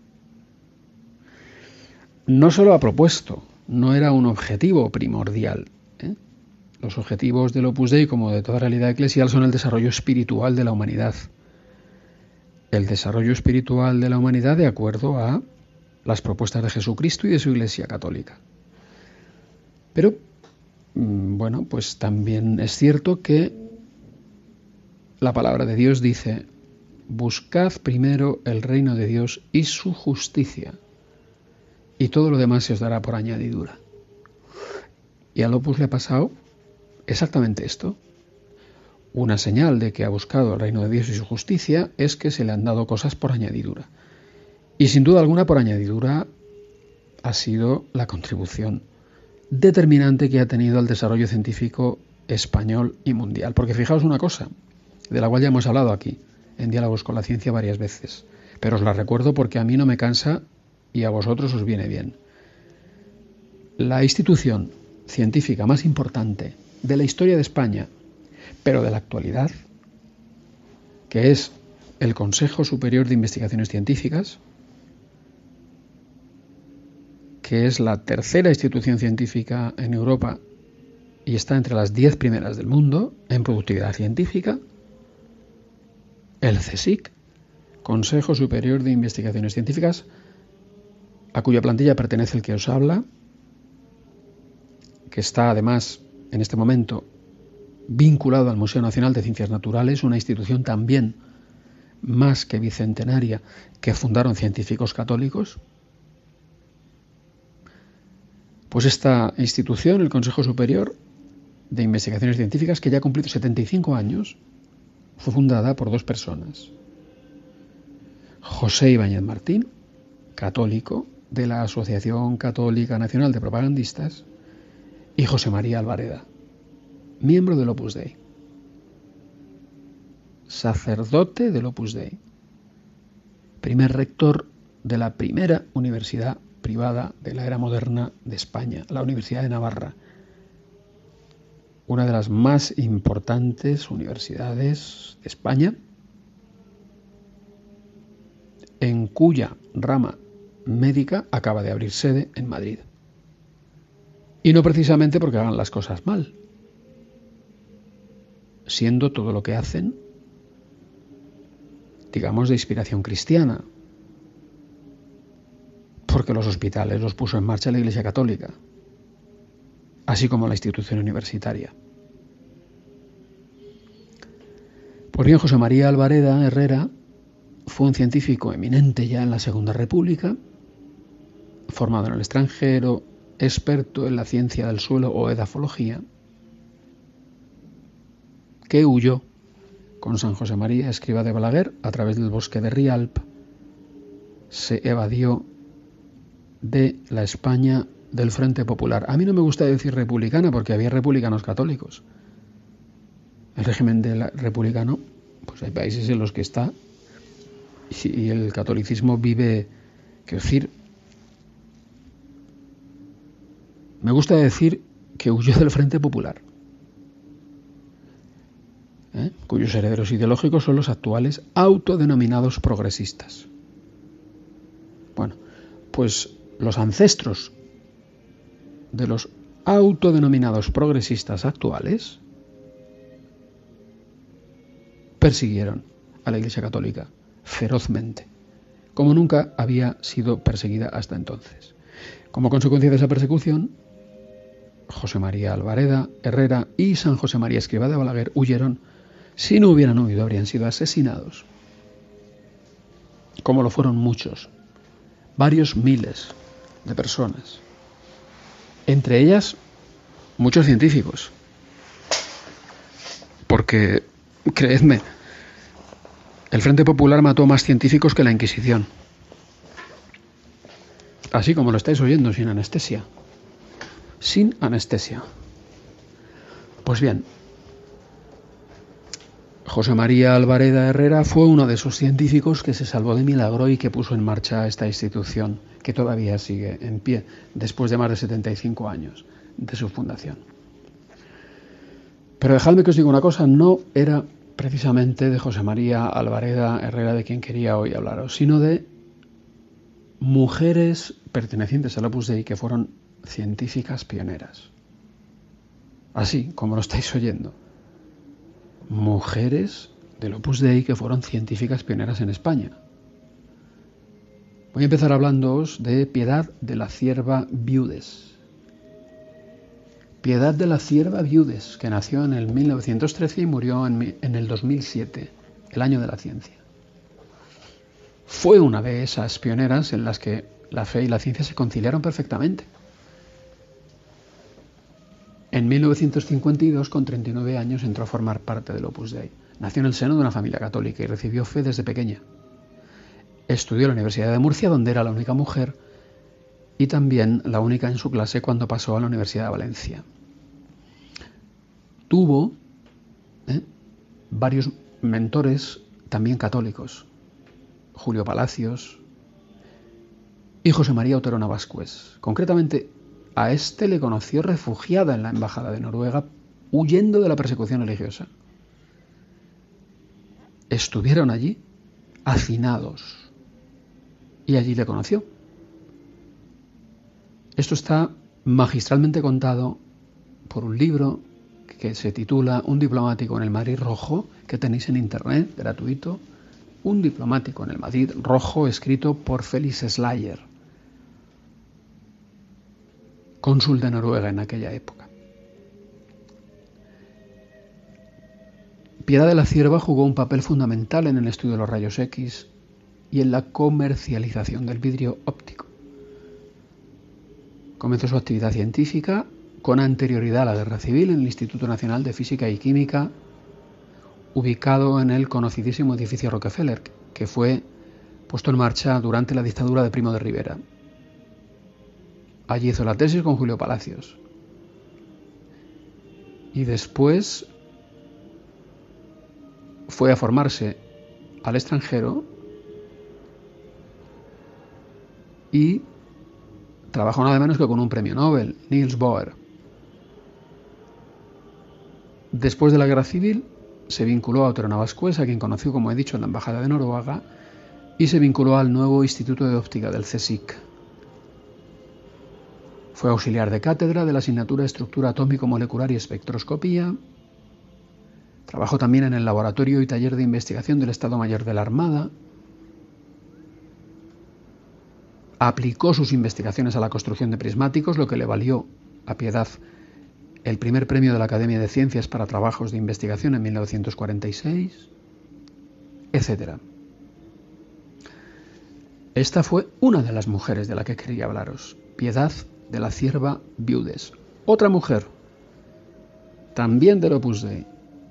No se lo ha propuesto, no era un objetivo primordial. ¿eh? Los objetivos del Opus Dei, como de toda realidad eclesial, son el desarrollo espiritual de la humanidad. El desarrollo espiritual de la humanidad de acuerdo a las propuestas de Jesucristo y de su Iglesia Católica. Pero bueno, pues también es cierto que la palabra de Dios dice: buscad primero el reino de Dios y su justicia, y todo lo demás se os dará por añadidura. Y al Opus le ha pasado exactamente esto. Una señal de que ha buscado el reino de Dios y su justicia es que se le han dado cosas por añadidura. Y sin duda alguna, por añadidura ha sido la contribución determinante que ha tenido al desarrollo científico español y mundial. Porque fijaos una cosa, de la cual ya hemos hablado aquí, en Diálogos con la Ciencia varias veces, pero os la recuerdo porque a mí no me cansa y a vosotros os viene bien. La institución científica más importante de la historia de España, pero de la actualidad, que es el Consejo Superior de Investigaciones Científicas, que es la tercera institución científica en Europa y está entre las diez primeras del mundo en productividad científica, el CSIC, Consejo Superior de Investigaciones Científicas, a cuya plantilla pertenece el que os habla, que está además en este momento vinculado al Museo Nacional de Ciencias Naturales, una institución también más que bicentenaria que fundaron científicos católicos. Pues esta institución, el Consejo Superior de Investigaciones Científicas, que ya ha cumplido setenta y cinco años, fue fundada por dos personas. José Ibáñez Martín, católico de la Asociación Católica Nacional de Propagandistas, y José María Albareda, miembro del Opus Dei, sacerdote del Opus Dei, primer rector de la primera universidad privada de la era moderna de España, la Universidad de Navarra, una de las más importantes universidades de España, en cuya rama médica acaba de abrir sede en Madrid. Y no precisamente porque hagan las cosas mal, siendo todo lo que hacen, digamos, de inspiración cristiana, porque los hospitales los puso en marcha la Iglesia Católica, así como la institución universitaria. Pues bien, José María Albareda Herrera fue un científico eminente ya en la Segunda República, formado en el extranjero, experto en la ciencia del suelo o edafología, que huyó con San José María Escrivá de Balaguer a través del bosque de Rialp, se evadió de la España del Frente Popular. A mí no me gusta decir republicana porque había republicanos católicos. El régimen del republicano, pues hay países en los que está y el catolicismo vive, quiero decir, me gusta decir que huyó del Frente Popular, ¿eh? cuyos herederos ideológicos son los actuales autodenominados progresistas. Bueno, pues los ancestros de los autodenominados progresistas actuales persiguieron a la Iglesia Católica ferozmente, como nunca había sido perseguida hasta entonces. Como consecuencia de esa persecución, José María Albareda Herrera y San José María Escrivá de Balaguer huyeron. Si no hubieran huido, habrían sido asesinados, como lo fueron muchos, varios miles de personas, entre ellas muchos científicos, porque, creedme, el Frente Popular mató más científicos que la Inquisición, así como lo estáis oyendo, sin anestesia, sin anestesia. Pues bien, José María Albareda Herrera fue uno de esos científicos que se salvó de milagro y que puso en marcha esta institución, que todavía sigue en pie después de más de setenta y cinco años de su fundación. Pero dejadme que os diga una cosa, no era precisamente de José María Albareda Herrera de quien quería hoy hablaros, sino de mujeres pertenecientes al Opus Dei que fueron científicas pioneras. Así como lo estáis oyendo. Mujeres del Opus Dei que fueron científicas pioneras en España. Voy a empezar hablándoos de Piedad de la Cierva Viudes. Piedad de la Cierva Viudes, que nació en el mil novecientos trece y murió en, en el dos mil siete, el año de la ciencia. Fue una de esas pioneras en las que la fe y la ciencia se conciliaron perfectamente. En mil novecientos cincuenta y dos, con treinta y nueve años, entró a formar parte del Opus Dei. Nació en el seno de una familia católica y recibió fe desde pequeña. Estudió en la Universidad de Murcia, donde era la única mujer y también la única en su clase cuando pasó a la Universidad de Valencia. Tuvo ¿eh? varios mentores también católicos. Julio Palacios y José María Otero Navascués. Concretamente, a este le conoció refugiada en la Embajada de Noruega, huyendo de la persecución religiosa. Estuvieron allí, hacinados, y allí le conoció. Esto está magistralmente contado por un libro que se titula Un diplomático en el Madrid Rojo, que tenéis en internet, gratuito. Un diplomático en el Madrid Rojo, escrito por Félix Slayer, cónsul de Noruega en aquella época. Piedad de la Cierva jugó un papel fundamental en el estudio de los rayos X y en la comercialización del vidrio óptico. Comenzó su actividad científica con anterioridad a la Guerra Civil en el Instituto Nacional de Física y Química, ubicado en el conocidísimo edificio Rockefeller, que fue puesto en marcha durante la dictadura de Primo de Rivera. Allí hizo la tesis con Julio Palacios. Y después fue a formarse al extranjero y trabajó nada menos que con un premio Nobel, Niels Bohr. Después de la Guerra Civil se vinculó a Otero Navascués, a quien conoció, como he dicho, en la Embajada de Noruega, y se vinculó al nuevo Instituto de Óptica del CSIC. Fue auxiliar de cátedra de la asignatura de Estructura Atómico-Molecular y Espectroscopía. Trabajó también en el Laboratorio y Taller de Investigación del Estado Mayor de la Armada. Aplicó sus investigaciones a la construcción de prismáticos, lo que le valió a Piedad el primer premio de la Academia de Ciencias para trabajos de investigación en mil novecientos cuarenta y seis, etcétera. Esta fue una de las mujeres de la que quería hablaros, Piedad de la Cierva Viudes. Otra mujer, también del Opus Dei,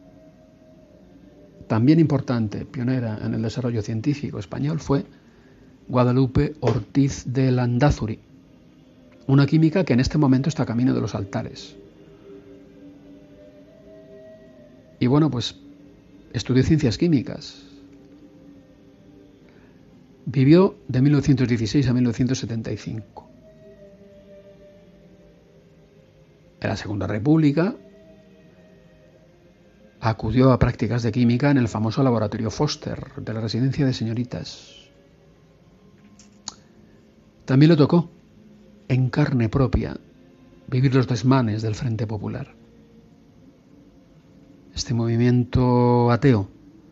también importante, pionera en el desarrollo científico español, fue Guadalupe Ortiz de Landázuri, una química que en este momento está camino de los altares. Y bueno, pues estudió ciencias químicas. Vivió de mil novecientos dieciséis a mil novecientos setenta y cinco. En la Segunda República acudió a prácticas de química en el famoso laboratorio Foster de la Residencia de Señoritas. También le tocó, en carne propia, vivir los desmanes del Frente Popular. Este movimiento ateo,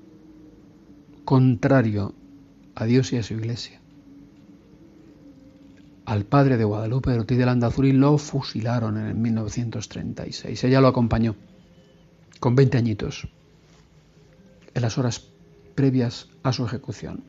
contrario a Dios y a su Iglesia. Al padre de Guadalupe Ortiz de Landázuri lo fusilaron en mil novecientos treinta y seis. Ella lo acompañó con veinte añitos en las horas previas a su ejecución.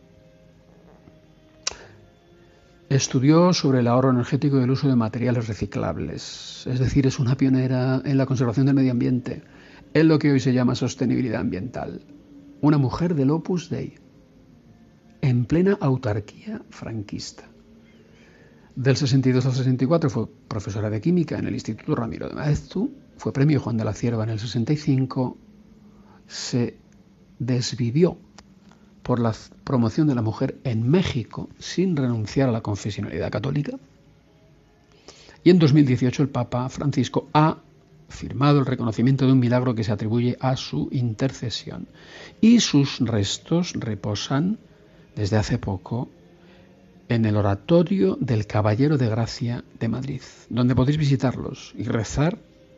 Estudió sobre el ahorro energético y el uso de materiales reciclables, es decir, es una pionera en la conservación del medio ambiente, en lo que hoy se llama sostenibilidad ambiental. Una mujer del Opus Dei, en plena autarquía franquista. Del sesenta y dos al sesenta y cuatro fue profesora de química en el Instituto Ramiro de Maeztu, fue premio Juan de la Cierva en el sesenta y cinco, se desvivió por la promoción de la mujer en México sin renunciar a la confesionalidad católica. Y en dos mil dieciocho el Papa Francisco ha firmado el reconocimiento de un milagro que se atribuye a su intercesión. Y sus restos reposan desde hace poco en el Oratorio del Caballero de Gracia de Madrid, donde podéis visitarlos y rezar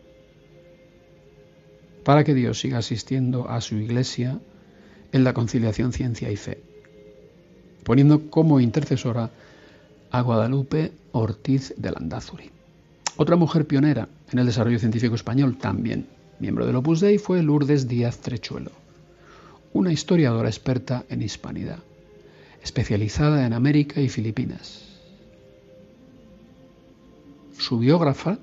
para que Dios siga asistiendo a su Iglesia en la conciliación ciencia y fe, poniendo como intercesora a Guadalupe Ortiz de Landázuri. Otra mujer pionera en el desarrollo científico español también. Miembro del Opus Dei fue Lourdes Díaz Trechuelo, una historiadora experta en hispanidad, especializada en América y Filipinas. Su biógrafa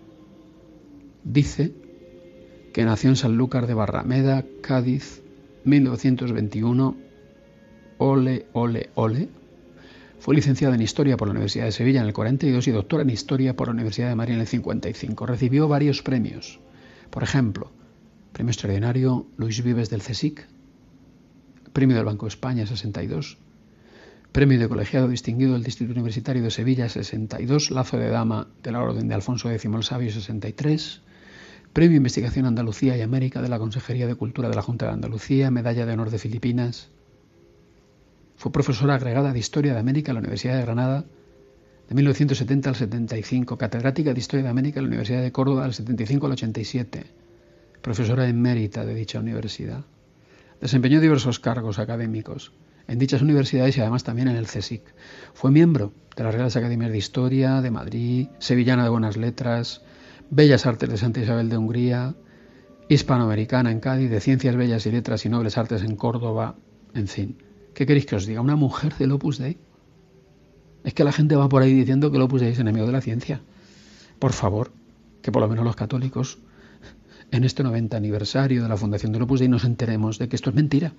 dice que nació en Sanlúcar de Barrameda, Cádiz, mil novecientos veintiuno, ole, ole, ole. Fue licenciada en Historia por la Universidad de Sevilla en el cuarenta y dos y doctora en Historia por la Universidad de Madrid en el cincuenta y cinco. Recibió varios premios. Por ejemplo, Premio Extraordinario Luis Vives del CSIC, Premio del Banco de España sesenta y dos, Premio de Colegiado Distinguido del Distrito Universitario de Sevilla sesenta y dos, Lazo de Dama de la Orden de Alfonso X el Sabio sesenta y tres, Premio Investigación Andalucía y América de la Consejería de Cultura de la Junta de Andalucía, Medalla de Honor de Filipinas. Fue profesora agregada de Historia de América en la Universidad de Granada de mil novecientos setenta al setenta y cinco, catedrática de Historia de América en la Universidad de Córdoba del setenta y cinco al ochenta y siete, profesora emérita de dicha universidad. Desempeñó diversos cargos académicos en dichas universidades y además también en el CSIC. Fue miembro de las Reales Academias de Historia de Madrid, Sevillana de Buenas Letras, Bellas Artes de Santa Isabel de Hungría, Hispanoamericana en Cádiz, de Ciencias Bellas y Letras y Nobles Artes en Córdoba, en fin. ¿Qué queréis que os diga? ¿Una mujer del Opus Dei? Es que la gente va por ahí diciendo que el Opus Dei es enemigo de la ciencia. Por favor, que por lo menos los católicos, en este noventa aniversario de la fundación del Opus Dei, nos enteremos de que esto es mentira.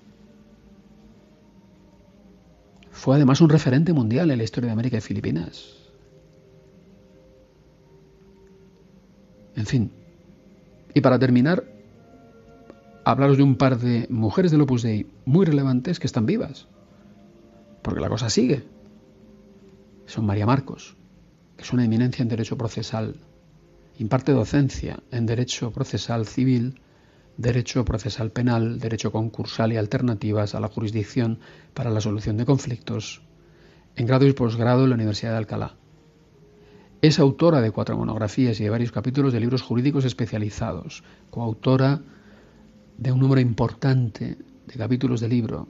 Fue además un referente mundial en la historia de América y Filipinas. En fin. Y para terminar, hablaros de un par de mujeres del Opus Dei muy relevantes que están vivas. Porque la cosa sigue. Son María Marcos, que es una eminencia en Derecho Procesal. Imparte docencia en Derecho Procesal Civil, Derecho Procesal Penal, Derecho Concursal y Alternativas a la Jurisdicción para la Solución de Conflictos, en grado y posgrado en la Universidad de Alcalá. Es autora de cuatro monografías y de varios capítulos de libros jurídicos especializados, coautora de un número importante de capítulos de libro.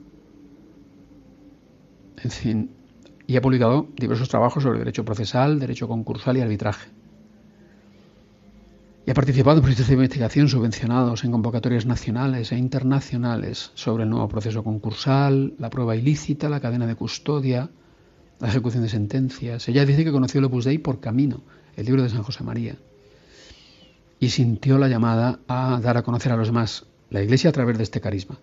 En fin, y ha publicado diversos trabajos sobre derecho procesal, derecho concursal y arbitraje. Y ha participado en proyectos de investigación subvencionados en convocatorias nacionales e internacionales sobre el nuevo proceso concursal, la prueba ilícita, la cadena de custodia, la ejecución de sentencias. Ella dice que conoció el Opus Dei por Camino, el libro de San José María, y sintió la llamada a dar a conocer a los demás la Iglesia a través de este carisma.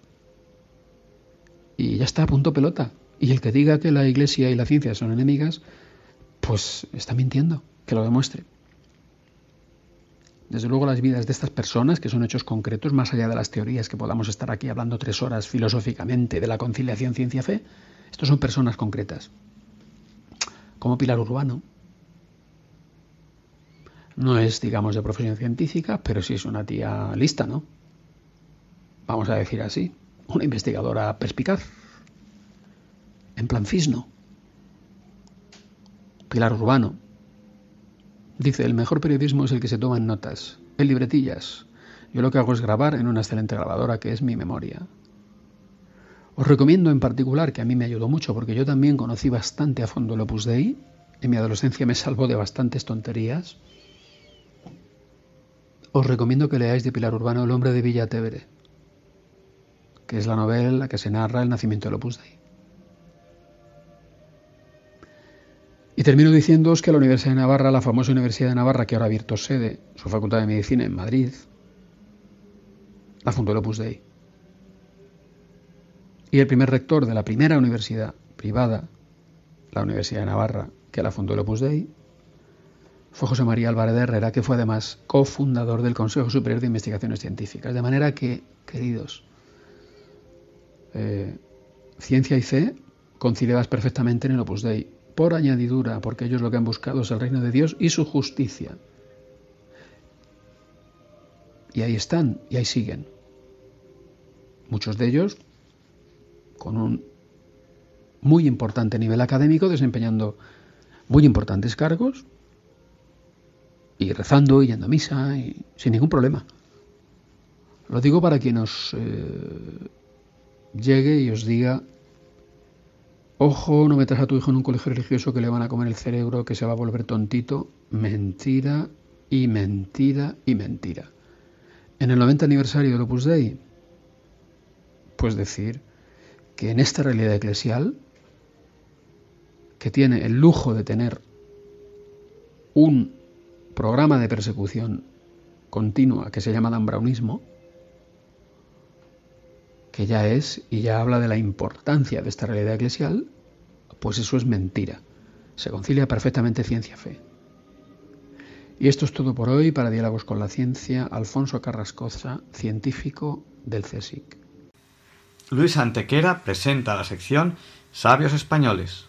Y ya está a punto pelota. Y el que diga que la Iglesia y la ciencia son enemigas, pues está mintiendo, que lo demuestre. Desde luego las vidas de estas personas, que son hechos concretos, más allá de las teorías que podamos estar aquí hablando tres horas filosóficamente de la conciliación ciencia-fe, estos son personas concretas. Como Pilar Urbano. No es, digamos, de profesión científica, pero sí es una tía lista, ¿no? Vamos a decir así, una investigadora perspicaz, en plan fisno. Pilar Urbano dice: el mejor periodismo es el que se toma en notas, en libretillas. Yo lo que hago es grabar en una excelente grabadora que es mi memoria. Os recomiendo en particular, que a mí me ayudó mucho, porque yo también conocí bastante a fondo el Opus Dei, en mi adolescencia me salvó de bastantes tonterías. Os recomiendo que leáis de Pilar Urbano El hombre de Villatevere, que es la novela en la que se narra el nacimiento del Opus Dei. Y termino diciéndoos que la Universidad de Navarra, la famosa Universidad de Navarra, que ahora ha abierto sede, su Facultad de Medicina en Madrid, la fundó el Opus Dei. Y el primer rector de la primera universidad privada, la Universidad de Navarra, que la fundó el Opus Dei, fue José María Álvarez de Herrera, que fue además cofundador del Consejo Superior de Investigaciones Científicas. De manera que, queridos, eh, ciencia y fe conciliadas perfectamente en el Opus Dei, por añadidura, porque ellos lo que han buscado es el reino de Dios y su justicia. Y ahí están, y ahí siguen. Muchos de ellos con un muy importante nivel académico, desempeñando muy importantes cargos, y rezando y yendo a misa, y sin ningún problema. Lo digo para quien os eh, llegue y os diga: ojo, no metas a tu hijo en un colegio religioso que le van a comer el cerebro, que se va a volver tontito. Mentira y mentira y mentira. En el noventa aniversario del Opus Dei, pues decir que en esta realidad eclesial, que tiene el lujo de tener un programa de persecución continua que se llama dambraunismo, que ya es y ya habla de la importancia de esta realidad eclesial, pues eso es mentira. Se concilia perfectamente ciencia-fe. Y esto es todo por hoy para Diálogos con la Ciencia. Alfonso Carrascosa, científico del CSIC. Luis Antequera presenta la sección Sabios Españoles.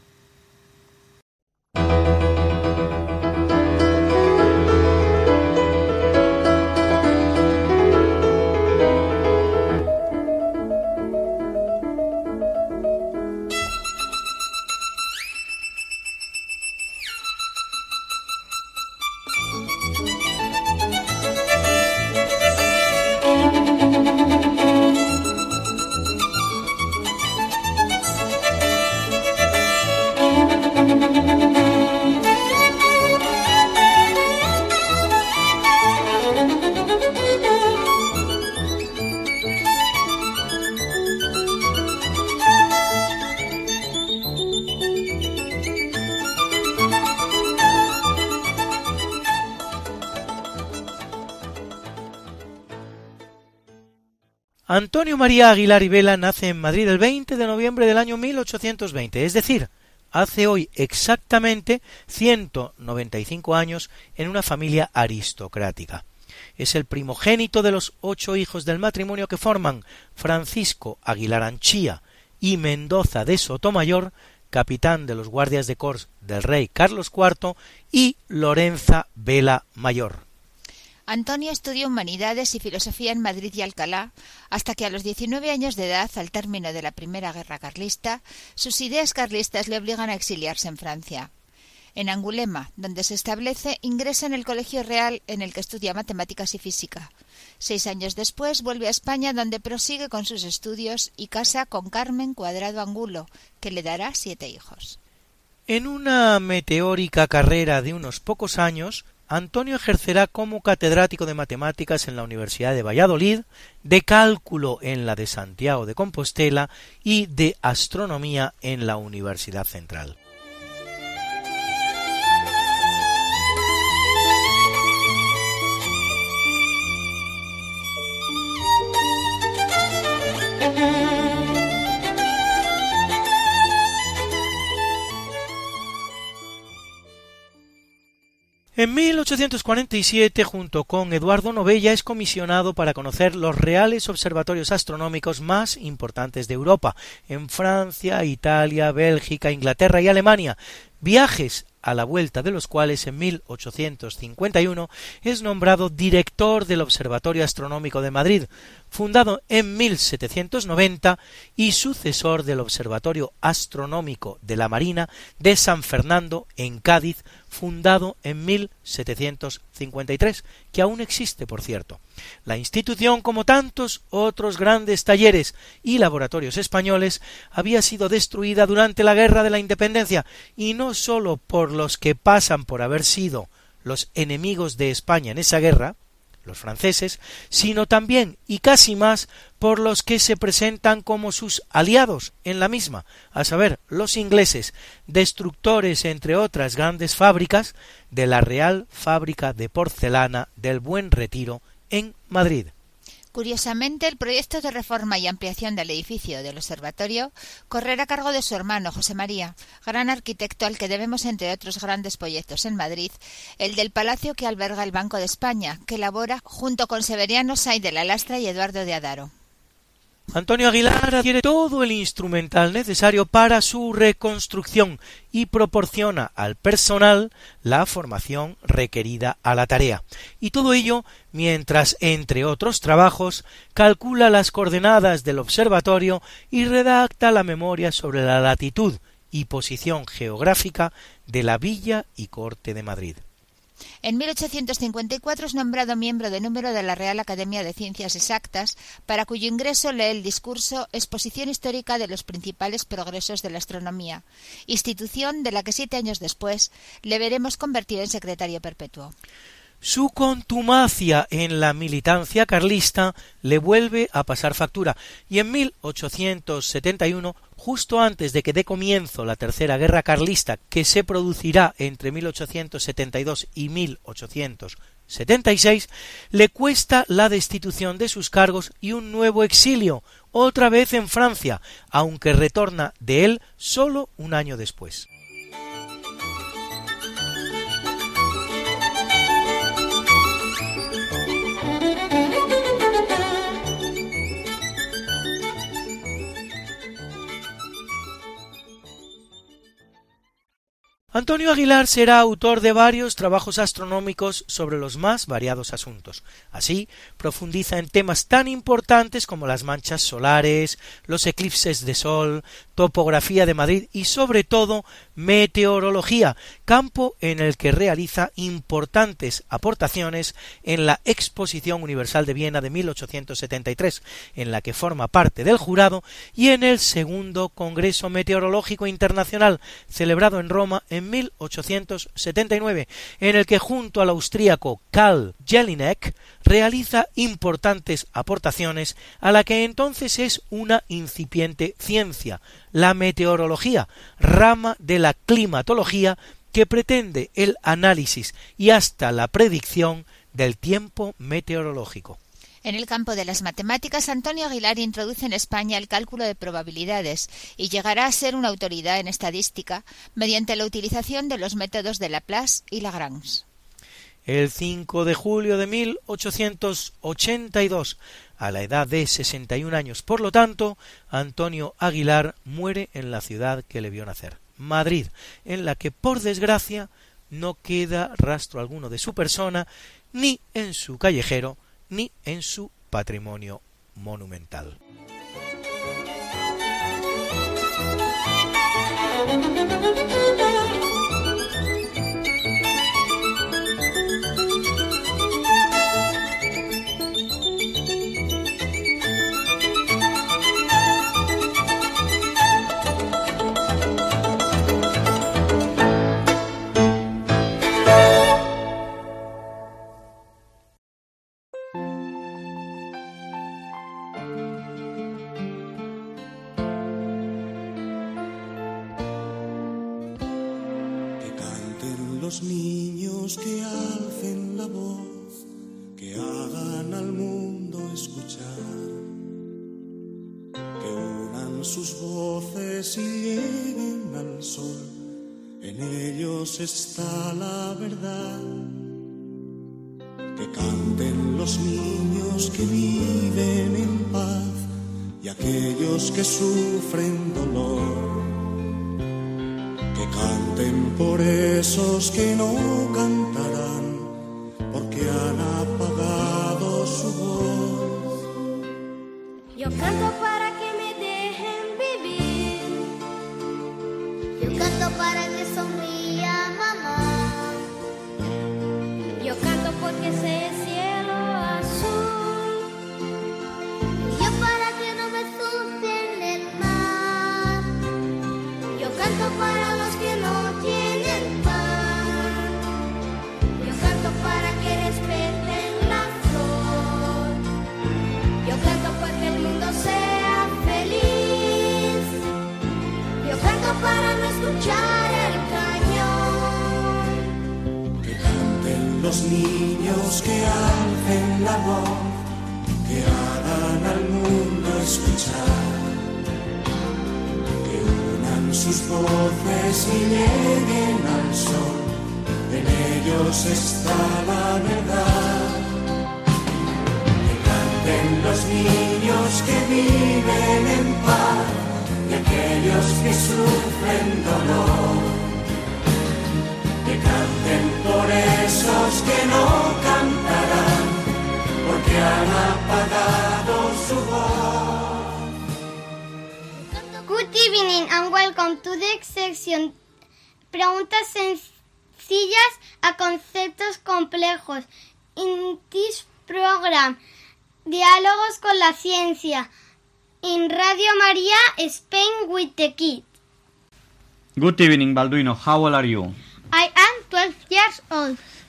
Antonio María Aguilar y Vela nace en Madrid el veinte de noviembre del año mil ochocientos veinte, es decir, hace hoy exactamente ciento noventa y cinco años en una familia aristocrática. Es el primogénito de los ocho hijos del matrimonio que forman Francisco Aguilar Anchía y Mendoza de Sotomayor, capitán de los guardias de corps del rey Carlos cuarto, y Lorenza Vela Mayor. Antonio estudió Humanidades y Filosofía en Madrid y Alcalá, hasta que a los diecinueve años de edad, al término de la Primera Guerra Carlista, sus ideas carlistas le obligan a exiliarse en Francia. En Angulema, donde se establece, ingresa en el Colegio Real, en el que estudia Matemáticas y Física. Seis años después vuelve a España, donde prosigue con sus estudios y casa con Carmen Cuadrado Angulo, que le dará siete hijos. En una meteórica carrera de unos pocos años, Antonio ejercerá como catedrático de matemáticas en la Universidad de Valladolid, de cálculo en la de Santiago de Compostela y de astronomía en la Universidad Central. En mil ochocientos cuarenta y siete, junto con Eduardo Novella, es comisionado para conocer los reales observatorios astronómicos más importantes de Europa, en Francia, Italia, Bélgica, Inglaterra y Alemania, viajes a la vuelta de los cuales en mil ochocientos cincuenta y uno es nombrado director del Observatorio Astronómico de Madrid, fundado en mil setecientos noventa, y sucesor del Observatorio Astronómico de la Marina de San Fernando, en Cádiz, fundado en mil setecientos cincuenta y tres, que aún existe, por cierto. La institución, como tantos otros grandes talleres y laboratorios españoles, había sido destruida durante la Guerra de la Independencia, y no sólo por los que pasan por haber sido los enemigos de España en esa guerra, los franceses, sino también y casi más por los que se presentan como sus aliados en la misma, a saber, los ingleses, destructores, entre otras grandes fábricas, de la Real Fábrica de Porcelana del Buen Retiro en Madrid. Curiosamente, el proyecto de reforma y ampliación del edificio del observatorio correrá a cargo de su hermano, José María, gran arquitecto al que debemos, entre otros grandes proyectos en Madrid, el del palacio que alberga el Banco de España, que elabora junto con Severiano Saiz de la Lastra y Eduardo de Adaro. Antonio Aguilar adquiere todo el instrumental necesario para su reconstrucción y proporciona al personal la formación requerida a la tarea. Y todo ello mientras, entre otros trabajos, calcula las coordenadas del observatorio y redacta la memoria sobre la latitud y posición geográfica de la Villa y Corte de Madrid. En mil ochocientos cincuenta y cuatro es nombrado miembro de número de la Real Academia de Ciencias Exactas, para cuyo ingreso lee el discurso Exposición histórica de los principales progresos de la astronomía, institución de la que siete años después le veremos convertido en secretario perpetuo. Su contumacia en la militancia carlista le vuelve a pasar factura y en mil ochocientos setenta y uno, justo antes de que dé comienzo la Tercera Guerra Carlista, que se producirá entre mil ochocientos setenta y dos y mil ochocientos setenta y seis, le cuesta la destitución de sus cargos y un nuevo exilio, otra vez en Francia, aunque retorna de él solo un año después. Antonio Aguilar será autor de varios trabajos astronómicos sobre los más variados asuntos. Así, profundiza en temas tan importantes como las manchas solares, los eclipses de sol, topografía de Madrid y, sobre todo, meteorología, campo en el que realiza importantes aportaciones en la Exposición Universal de Viena de mil ochocientos setenta y tres, en la que forma parte del jurado, y en el Segundo Congreso Meteorológico Internacional, celebrado en Roma en mil ochocientos setenta y nueve, en el que junto al austríaco Karl Jelinek realiza importantes aportaciones a la que entonces es una incipiente ciencia, la meteorología, rama de la climatología que pretende el análisis y hasta la predicción del tiempo meteorológico. En el campo de las matemáticas, Antonio Aguilar introduce en España el cálculo de probabilidades y llegará a ser una autoridad en estadística mediante la utilización de los métodos de Laplace y Lagrange. El cinco de julio de mil ochocientos ochenta y dos, a la edad de sesenta y un años, por lo tanto, Antonio Aguilar muere en la ciudad que le vio nacer, Madrid, en la que, por desgracia, no queda rastro alguno de su persona, ni en su callejero, ni en su patrimonio monumental. Los niños que alcen la voz, que hagan al mundo escuchar, que unan sus voces y lleguen al sol, en ellos está la verdad. Que canten los niños que viven en paz y aquellos que sufren dolor. Que canten por esos que no cantarán, porque han apagado su voz. Yo canto para que me dejen vivir. Yo canto para que sonría mamá. Yo canto porque sé el cielo azul. Yo para que no me sucen el mar. Yo canto para los que no tienen pan. Yo canto para que respeten la flor. Yo canto para que el mundo sea feliz. Yo canto para no escuchar el cañón. Que canten los niños, que alcen la voz, que hagan al mundo escuchar. Sus voces y lleguen al sol, en ellos está la verdad. Que canten los niños que viven en paz y aquellos que sufren dolor. Que canten por esos que no cantarán, porque han apagado su voz. Good evening and welcome to the section Preguntas sencillas a conceptos complejos. In this program, Diálogos con la ciencia. In Radio María, Spain with the Kids. Good evening, Balduino. How old are you? I am twelve years old.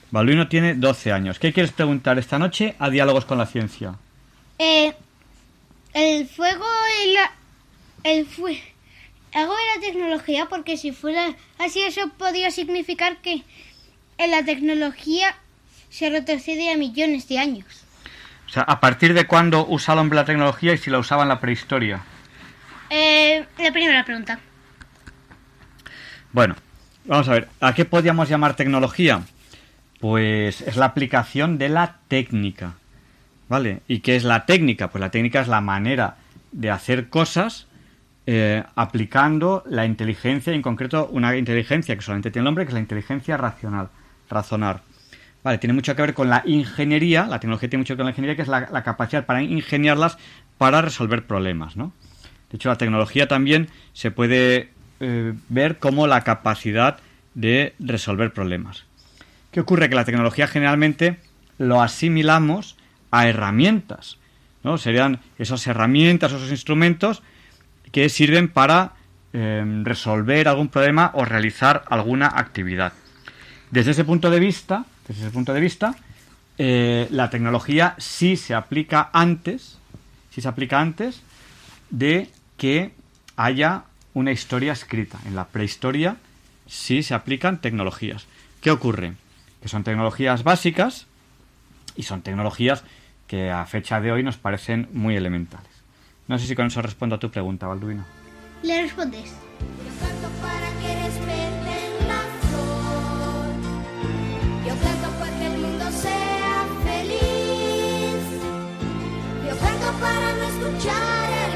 Balduino tiene doce años. ¿Qué quieres preguntar esta noche a Diálogos con la Ciencia? Eh, el fuego y la... El fue... Algo de la tecnología, porque si fuera así, eso podría significar que en la tecnología se retrocede a millones de años. O sea, ¿a partir de cuándo usa el hombre la tecnología y si la usaba en la prehistoria? Eh, la primera pregunta. Bueno, vamos a ver. ¿A qué podríamos llamar tecnología? Pues es la aplicación de la técnica, ¿vale? ¿Y qué es la técnica? Pues la técnica es la manera de hacer cosas eh, aplicando la inteligencia, en concreto una inteligencia que solamente tiene el hombre, que es la inteligencia racional, razonar. Vale, tiene mucho que ver con la ingeniería, la tecnología tiene mucho que ver con la ingeniería, que es la, la capacidad para ingeniarlas para resolver problemas, ¿no? De hecho, la tecnología también se puede eh, ver como la capacidad de resolver problemas. ¿Qué ocurre? Que la tecnología generalmente lo asimilamos a herramientas, ¿no? Serían esas herramientas, esos instrumentos que sirven para eh, resolver algún problema o realizar alguna actividad. Desde ese punto de vista, desde ese punto de vista, eh, la tecnología sí se aplica antes, sí se aplica antes de que haya una historia escrita. En la prehistoria sí se aplican tecnologías. ¿Qué ocurre? Que son tecnologías básicas y son tecnologías que a fecha de hoy nos parecen muy elementales. No sé si con eso respondo a tu pregunta, Balduino. ¿Le respondes? Yo canto para que respeten la flor. Yo canto para que el mundo sea feliz. Yo canto para no escuchar el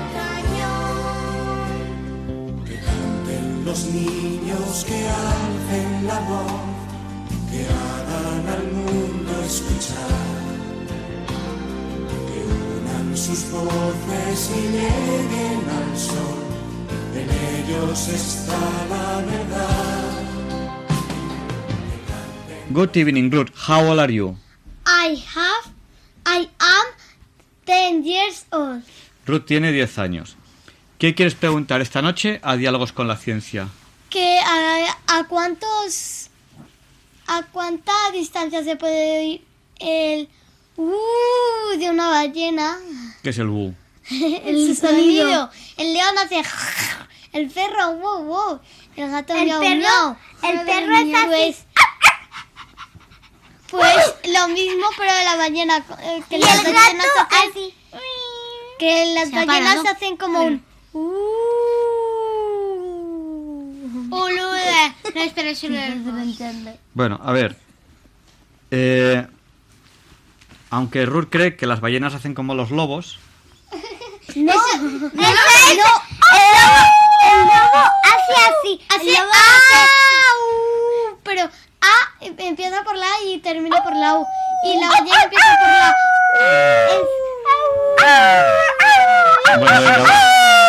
cañón. Que canten los niños, que alcen la voz, que hagan al mundo escuchar. Sus voces y lleguen al sol, en ellos está la verdad. Good evening, Ruth. How old are you? I have, I am ten years old. Ruth tiene diez años. ¿Qué quieres preguntar esta noche a Diálogos con la Ciencia? Que a, a cuántos, a cuánta distancia se puede ir el uh de una ballena. ¿Qué es el bu? El sonido. El león hace el perro wow wow, el gato el miau, perro miau. el perro es así. Pues, pues lo mismo, pero la ballena eh, que y las el ballenas gato hacen, así. que las Se ha ballenas parado. hacen como un uh. Ulude. No, espera, eso no entiende. Bueno, a ver. Eh, aunque Ruth cree que las ballenas hacen como los lobos. No, Eso- no, no, no, eso- el lobo, el lobo hace así, hace lobo au, pero A empieza por la A y termina por la U, y la ballena empieza por la U. Bueno, venga, va.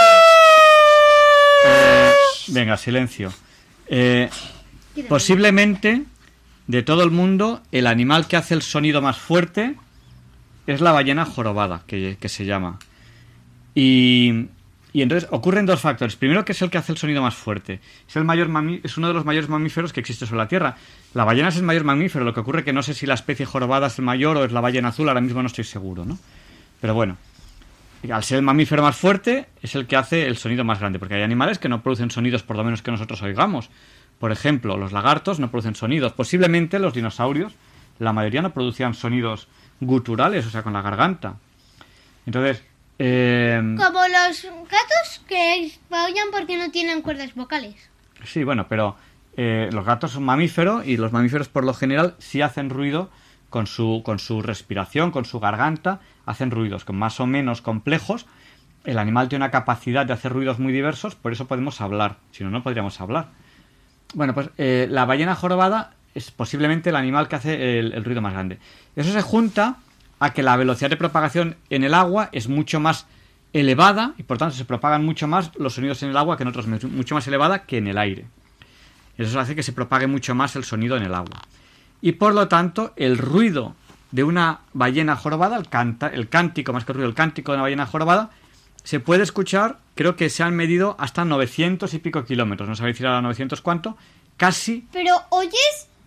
Eh, venga, silencio. Eh, posiblemente, de todo el mundo, el animal que hace el sonido más fuerte es la ballena jorobada, que, que se llama. Y, y entonces ocurren dos factores. Primero, que es el que hace el sonido más fuerte. Es el mayor mamí- es uno de los mayores mamíferos que existe sobre la Tierra. La ballena es el mayor mamífero. Lo que ocurre que no sé si la especie jorobada es el mayor o es la ballena azul. Ahora mismo no estoy seguro, ¿no? Pero bueno, al ser el mamífero más fuerte, es el que hace el sonido más grande. Porque hay animales que no producen sonidos por lo menos que nosotros oigamos. Por ejemplo, los lagartos no producen sonidos. Posiblemente los dinosaurios, la mayoría no producían sonidos guturales, o sea, con la garganta. Entonces, eh, Como los gatos que aullan porque no tienen cuerdas vocales. sí, bueno, pero eh, los gatos son mamíferos y los mamíferos por lo general sí hacen ruido con su, con su respiración, con su garganta, hacen ruidos con más o menos complejos. El animal tiene una capacidad de hacer ruidos muy diversos, por eso podemos hablar, si no, no podríamos hablar. Bueno, pues eh, la ballena jorobada es posiblemente el animal que hace el, el ruido más grande. Eso se junta a que la velocidad de propagación en el agua es mucho más elevada y por tanto se propagan mucho más los sonidos en el agua que en otros, mucho más elevada que en el aire. Eso hace que se propague mucho más el sonido en el agua. Y por lo tanto, el ruido de una ballena jorobada, el, canta, el cántico, más que el ruido, el cántico de una ballena jorobada, se puede escuchar, creo que se han medido hasta novecientos y pico kilómetros, no sabéis decir ahora novecientos cuánto, casi... Pero oyes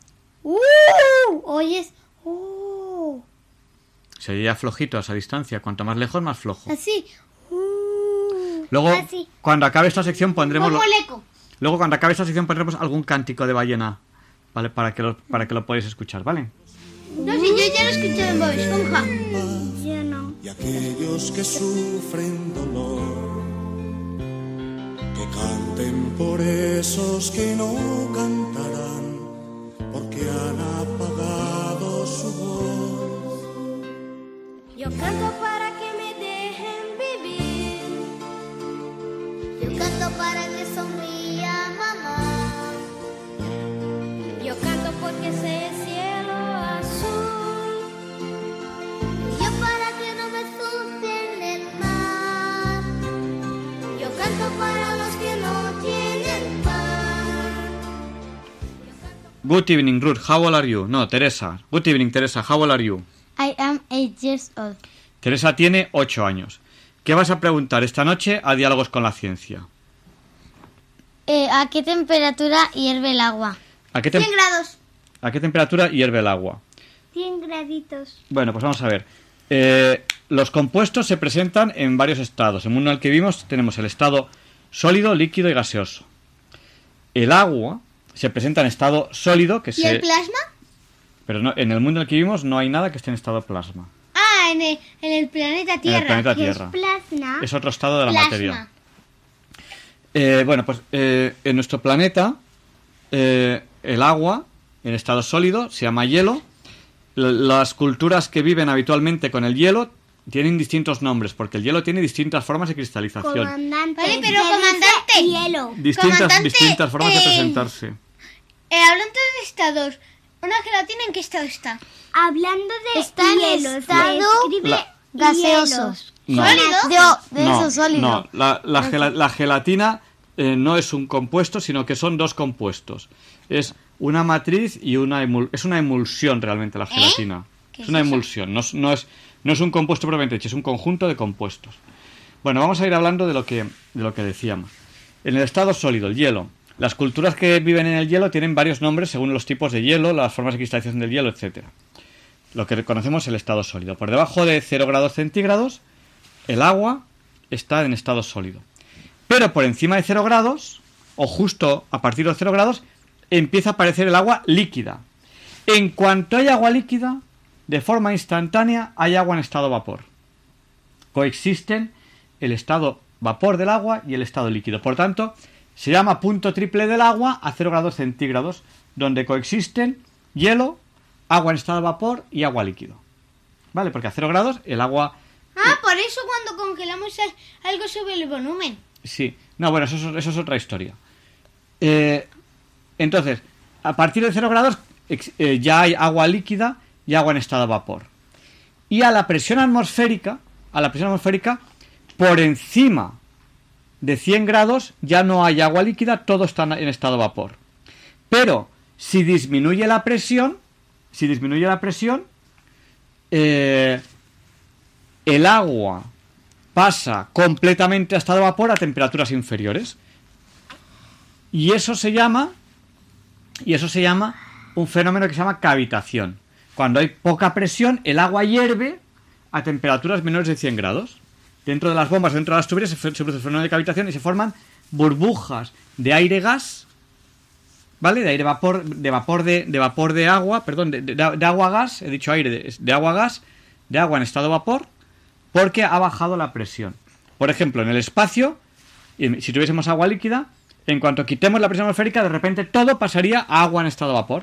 ¡Uh! Oyes, ¡uh! Se oye flojito a esa distancia. Cuanto más lejos, más flojo. Así. ¡Uh! Luego, Así. cuando acabe esta sección, pondremos... Como lo- el eco. Luego, cuando acabe esta sección, pondremos algún cántico de ballena, ¿vale? Para que lo, para que lo podáis escuchar, ¿vale? No, si yo ya lo he escuchado en Bob Esponja. Yo no. Y aquellos que sufren dolor, que canten por esos que no cantarán, porque han apagado su voz. Yo canto para que me dejen vivir. Yo canto para que sonría mamá. Yo canto porque sé el cielo azul. Yo para que no me ensucien el mar. Yo canto para los que no tienen pan. Good evening, Ruth. How old are you? No, Teresa. Good evening, Teresa. How old are you? I am eight years old. Teresa tiene ocho años. ¿Qué vas a preguntar esta noche a Diálogos con la Ciencia? Eh, ¿A qué temperatura hierve el agua? ¿A qué, tem- cien grados. ¿A qué temperatura hierve el agua? cien graditos. Bueno, pues vamos a ver. Eh, los compuestos se presentan en varios estados. En el mundo en el que vivimos tenemos el estado sólido, líquido y gaseoso. El agua se presenta en estado sólido, que ¿Y se... el plasma? Pero no, en el mundo en el que vivimos no hay nada que esté en estado plasma. Ah, en el, en el planeta Tierra. En el planeta ¿Qué es Tierra. plasma? Es otro estado de la Plasma. materia. Eh, bueno, pues eh, en nuestro planeta eh, el agua en estado sólido se llama hielo. L- las culturas que viven habitualmente con el hielo tienen distintos nombres, porque el hielo tiene distintas formas de cristalización. Comandante. Vale, pero comandante. Hielo. Distintas, Comandante, distintas formas de eh, presentarse. Eh, hablando de estados, ¿una gelatina en qué estado está? Hablando de está hielo, en estado La- gaseosos. No. ¿Sólidos? De, de No, eso sólido. no, la, la, gela- la gelatina eh, no es un compuesto, sino que son dos compuestos. Es una matriz y una emul- es una emulsión realmente la gelatina. ¿Qué Es es una eso? emulsión, no es, no es no es un compuesto propiamente dicho, es un conjunto de compuestos. Bueno, vamos a ir hablando de lo que de lo que decíamos. En el estado sólido, el hielo. Las culturas que viven en el hielo tienen varios nombres según los tipos de hielo, las formas de cristalización del hielo, etcétera. Lo que conocemos es el estado sólido. Por debajo de cero grados centígrados, el agua está en estado sólido. Pero por encima de cero grados, o justo a partir de cero grados, empieza a aparecer el agua líquida. En cuanto hay agua líquida, de forma instantánea hay agua en estado vapor. Coexisten el estado vapor del agua y el estado líquido. Por tanto, se llama punto triple del agua a cero grados centígrados, donde coexisten hielo, agua en estado vapor y agua líquido. ¿Vale? Porque a cero grados el agua... Ah, por eso cuando congelamos al- algo sube el volumen. Sí. No, bueno, eso, es- eso es otra historia. Eh, entonces, a partir de cero grados ex- eh, ya hay agua líquida y agua en estado vapor. Y a la presión atmosférica, a la presión atmosférica, por encima de cien grados ya no hay agua líquida, todo está en estado vapor. Pero si disminuye la presión, si disminuye la presión, eh, el agua pasa completamente a estado vapor a temperaturas inferiores. Y eso se llama, y eso se llama un fenómeno que se llama cavitación. Cuando hay poca presión, el agua hierve a temperaturas menores de cien grados. Dentro de las bombas, dentro de las tuberías, se, se produce el fenómeno de cavitación y se forman burbujas de aire-gas, ¿vale? De aire vapor, de vapor de, de vapor de agua, perdón, de, de, de agua-gas, he dicho aire, de, de agua-gas, de agua en estado vapor, porque ha bajado la presión. Por ejemplo, en el espacio, y si tuviésemos agua líquida, en cuanto quitemos la presión atmosférica, de repente todo pasaría a agua en estado vapor.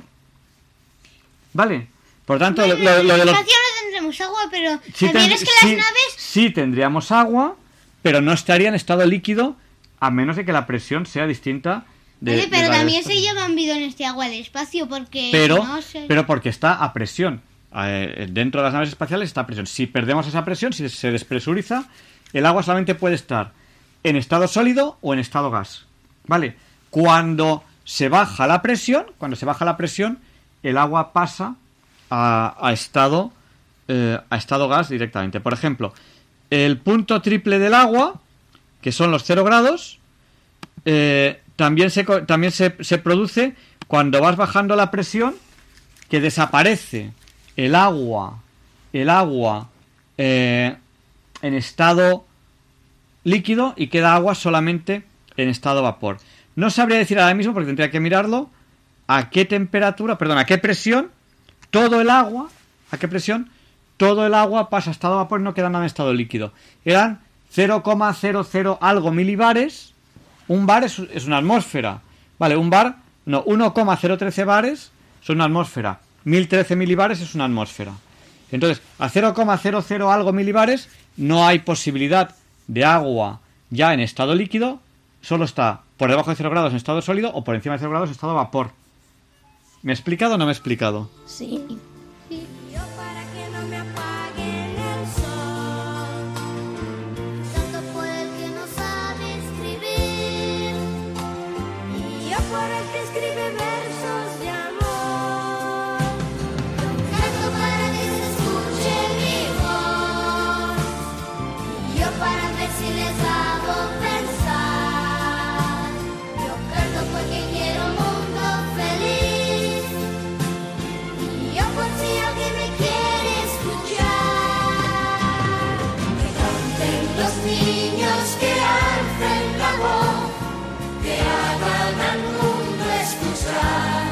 ¿Vale? Por tanto, Bueno, lo, lo- lo de en el los... espacio no tendremos agua, pero Sí, también ten- es que sí, las naves... sí tendríamos agua, pero no estaría en estado líquido a menos de que la presión sea distinta de, Vale, de pero la del también espacio. se llevan bidones de agua al espacio porque pero, no sé... pero porque está a presión. Eh, dentro de las naves espaciales está a presión. Si perdemos esa presión, si se despresuriza, el agua solamente puede estar en estado sólido o en estado gas. ¿Vale? Cuando se baja la presión, cuando se baja la presión, el agua pasa a, a estado eh, a estado gas directamente. Por ejemplo, el punto triple del agua, que son los cero grados, eh, también se co- también se, se produce cuando vas bajando la presión que desaparece el agua, el agua eh, en estado líquido y queda agua solamente en estado vapor. No sabría decir ahora mismo, porque tendría que mirarlo, a qué temperatura, perdón, a qué presión todo el agua, a qué presión todo el agua pasa a estado vapor y no queda nada en estado líquido. Eran cero coma cero cero algo milibares. Un bar es, es una atmósfera. Vale, un bar, no, uno coma cero trece bares son una atmósfera. mil trece milibares es una atmósfera. Entonces, a cero coma cero cero algo milibares no hay posibilidad de agua ya en estado líquido, solo está por debajo de cero grados en estado sólido o por encima de cero grados en estado vapor. ¿Me he explicado o no me he explicado? Sí. Sí. Yo para que no me apaguen el sol, tanto por el que no sabe escribir, y yo por el que escribe versos de amor. Canto para que se escuche mi voz, y yo para ver si les hago pensar. Yo canto porque quiero un mundo feliz, y yo por si alguien me quiere escuchar. Que canten los niños, que alcen la voz, que hagan al mundo escuchar,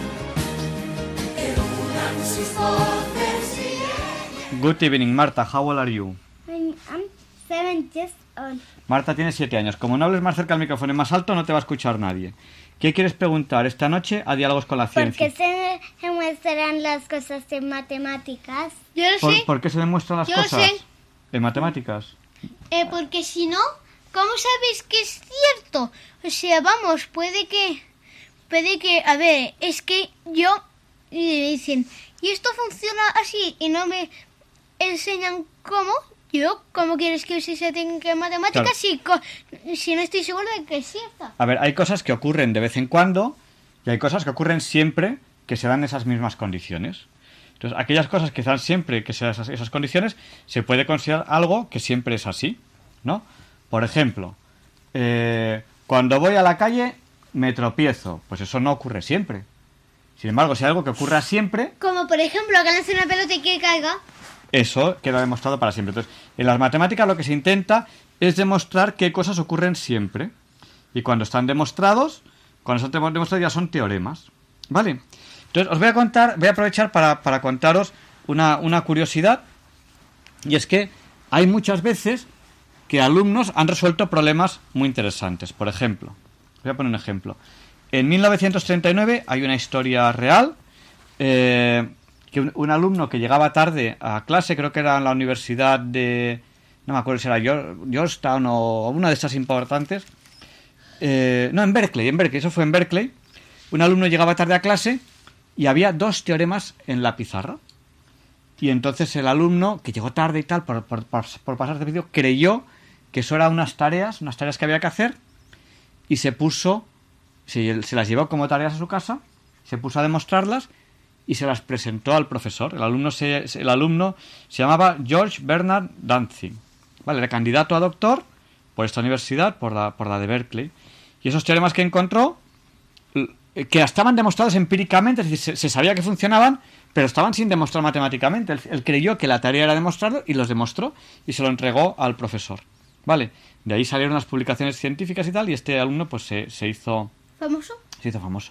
que unan sus voces y... Good evening, Marta. How old are you? I'm seven years old. Marta tiene siete años. Como no hables más cerca del micrófono y más alto, no te va a escuchar nadie. ¿Qué quieres preguntar esta noche a Diálogos con la ¿Por Ciencia? qué se demuestran las cosas en matemáticas? Yo lo ¿Por, sé. por qué se demuestran las Yo lo cosas sé. en matemáticas? Eh, porque si no, ¿cómo sabes que es cierto? O sea, vamos, puede que... Puede que... A ver, es que yo... Y me dicen, y esto funciona así, y no me enseñan cómo... Yo, ¿cómo quieres que se técnica en matemáticas Claro. si, co- si no estoy seguro de que es cierta? A ver, hay cosas que ocurren de vez en cuando y hay cosas que ocurren siempre que se dan esas mismas condiciones. Entonces, aquellas cosas que se dan siempre que se dan esas, esas condiciones, se puede considerar algo que siempre es así, ¿no? Por ejemplo, eh, cuando voy a la calle me tropiezo. Pues eso no ocurre siempre. Sin embargo, si hay algo que ocurra siempre, Como por ejemplo, que lance una pelota y que caiga. eso queda demostrado para siempre. Entonces, en las matemáticas lo que se intenta es demostrar qué cosas ocurren siempre. Y cuando están demostrados, cuando están demostrados ya son teoremas. ¿Vale? Entonces, os voy a contar, voy a aprovechar para, para contaros una, una curiosidad. Y es que hay muchas veces que alumnos han resuelto problemas muy interesantes. Por ejemplo, voy a poner un ejemplo. En mil novecientos treinta y nueve hay una historia real. Eh, que un, un alumno que llegaba tarde a clase, creo que era en la universidad de... No me acuerdo si era George- Georgetown o una de estas importantes. Eh, no, en Berkeley, en Berkeley, eso fue en Berkeley. Un alumno llegaba tarde a clase y había dos teoremas en la pizarra. Y entonces el alumno, que llegó tarde y tal, por, por, por, por pasar de vídeo, creyó que eso eran unas tareas, unas tareas que había que hacer, y se puso, se, se las llevó como tareas a su casa, se puso a demostrarlas y se las presentó al profesor. El alumno se, el alumno se llamaba George Bernard Danzig. Vale, era candidato a doctor por esta universidad, por la, por la de Berkeley. Y esos teoremas que encontró, que estaban demostrados empíricamente, es decir, se, se sabía que funcionaban, pero estaban sin demostrar matemáticamente. Él, él creyó que la tarea era demostrarlo y los demostró y se lo entregó al profesor. Vale, de ahí salieron las publicaciones científicas y tal, y este alumno pues se, se hizo... ¿Famoso? Se hizo famoso.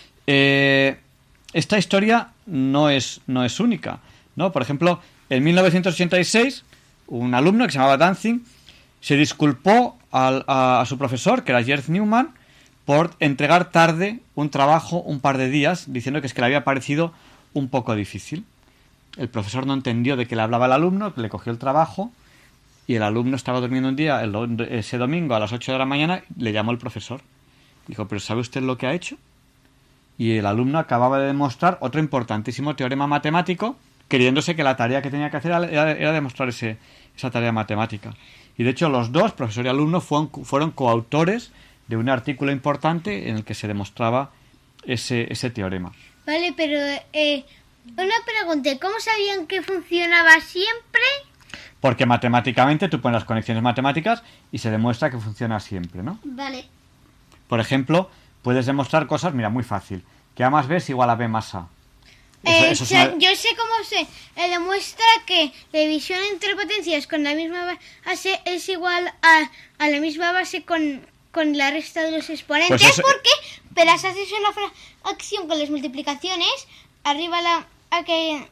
Eh, esta historia no es, no es única, ¿no? Por ejemplo, en mil novecientos ochenta y seis, un alumno que se llamaba Danzig se disculpó al, a, a su profesor, que era Gerd Newman, por entregar tarde un trabajo un par de días, diciendo que es que le había parecido un poco difícil. El profesor no entendió de qué le hablaba el alumno, le cogió el trabajo y el alumno estaba durmiendo un día, el, ese domingo a las ocho de la mañana, le llamó el profesor. Dijo, ¿pero sabe usted lo que ha hecho? Y el alumno acababa de demostrar otro importantísimo teorema matemático, creyéndose que la tarea que tenía que hacer era, era demostrar ese, esa tarea matemática. Y de hecho los dos, profesor y alumno, fueron, fueron coautores de un artículo importante en el que se demostraba ese, ese teorema. Vale, pero eh, una pregunta, ¿cómo sabían que funcionaba siempre? Porque matemáticamente tú pones las conexiones matemáticas y se demuestra que funciona siempre, ¿no? Vale. Por ejemplo, puedes demostrar cosas, mira, muy fácil, que A más B es igual a B más A. Eh, eso es o sea, una- Yo sé cómo se eh, demuestra que la división entre potencias con la misma base es igual a, a la misma base con, con la resta de los exponentes. Pues eso- Porque, pero si haces una fracción con las multiplicaciones, arriba la a que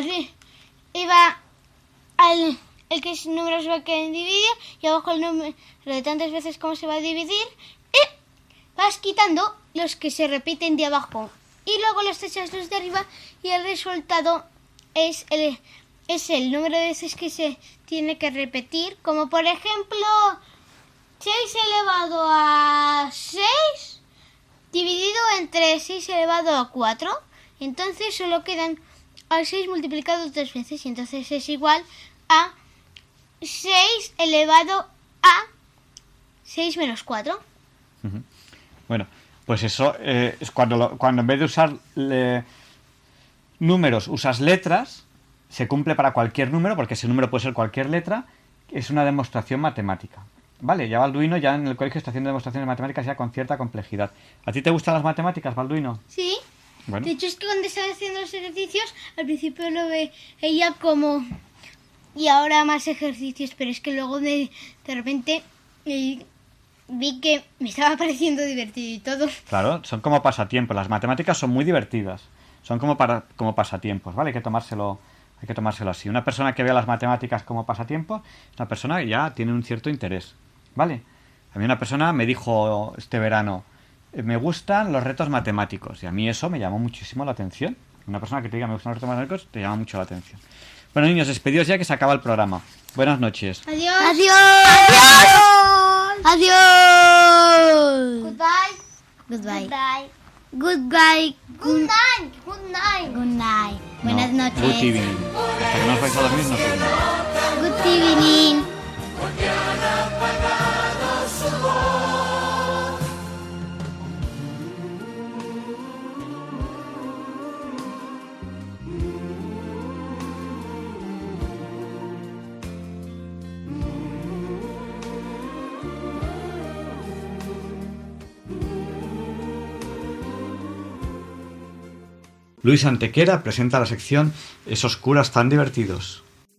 arriba al el que es número se va a quedar dividido y abajo el número de tantas veces como se va a dividir y vas quitando los que se repiten de abajo y luego los echas los de arriba y el resultado es el es el número de veces que se tiene que repetir, como por ejemplo seis elevado a seis dividido entre seis elevado a cuatro, entonces solo quedan a seis multiplicado dos veces y entonces es igual a seis elevado a seis menos cuatro. Ujú. Bueno, pues eso eh, es cuando, lo- cuando en vez de usar le- números usas letras, se cumple para cualquier número, porque ese número puede ser cualquier letra, es una demostración matemática. Vale, ya Balduino ya en el colegio está haciendo demostraciones matemáticas ya con cierta complejidad. ¿A ti te gustan las matemáticas, Balduino? Sí. Bueno. De hecho es que cuando estaba haciendo los ejercicios al principio lo veía como y ahora más ejercicios, pero es que luego de, de repente eh, vi que me estaba pareciendo divertido y todo. Claro, son como pasatiempos. Las matemáticas son muy divertidas. Son como para como pasatiempos, ¿vale? Hay que tomárselo, hay que tomárselo así. Una persona que vea las matemáticas como pasatiempos es una persona que ya tiene un cierto interés, ¿vale? A mí una persona me dijo este verano, eh, me gustan los retos matemáticos, y a mí eso me llamó muchísimo la atención. Una persona que te diga me gustan los retos matemáticos te llama mucho la atención. Bueno, niños, despedidos ya que se acaba el programa. Buenas noches. Adiós. Adiós. Adiós. Adiós. Goodbye. Goodbye. Goodbye. Goodbye. Good night. Good night. Good night. Buenas No, noches. Good evening. Hasta que no os vais a dormir, no os dormís. Good evening. Luis Antequera presenta la sección Esos curas tan divertidos.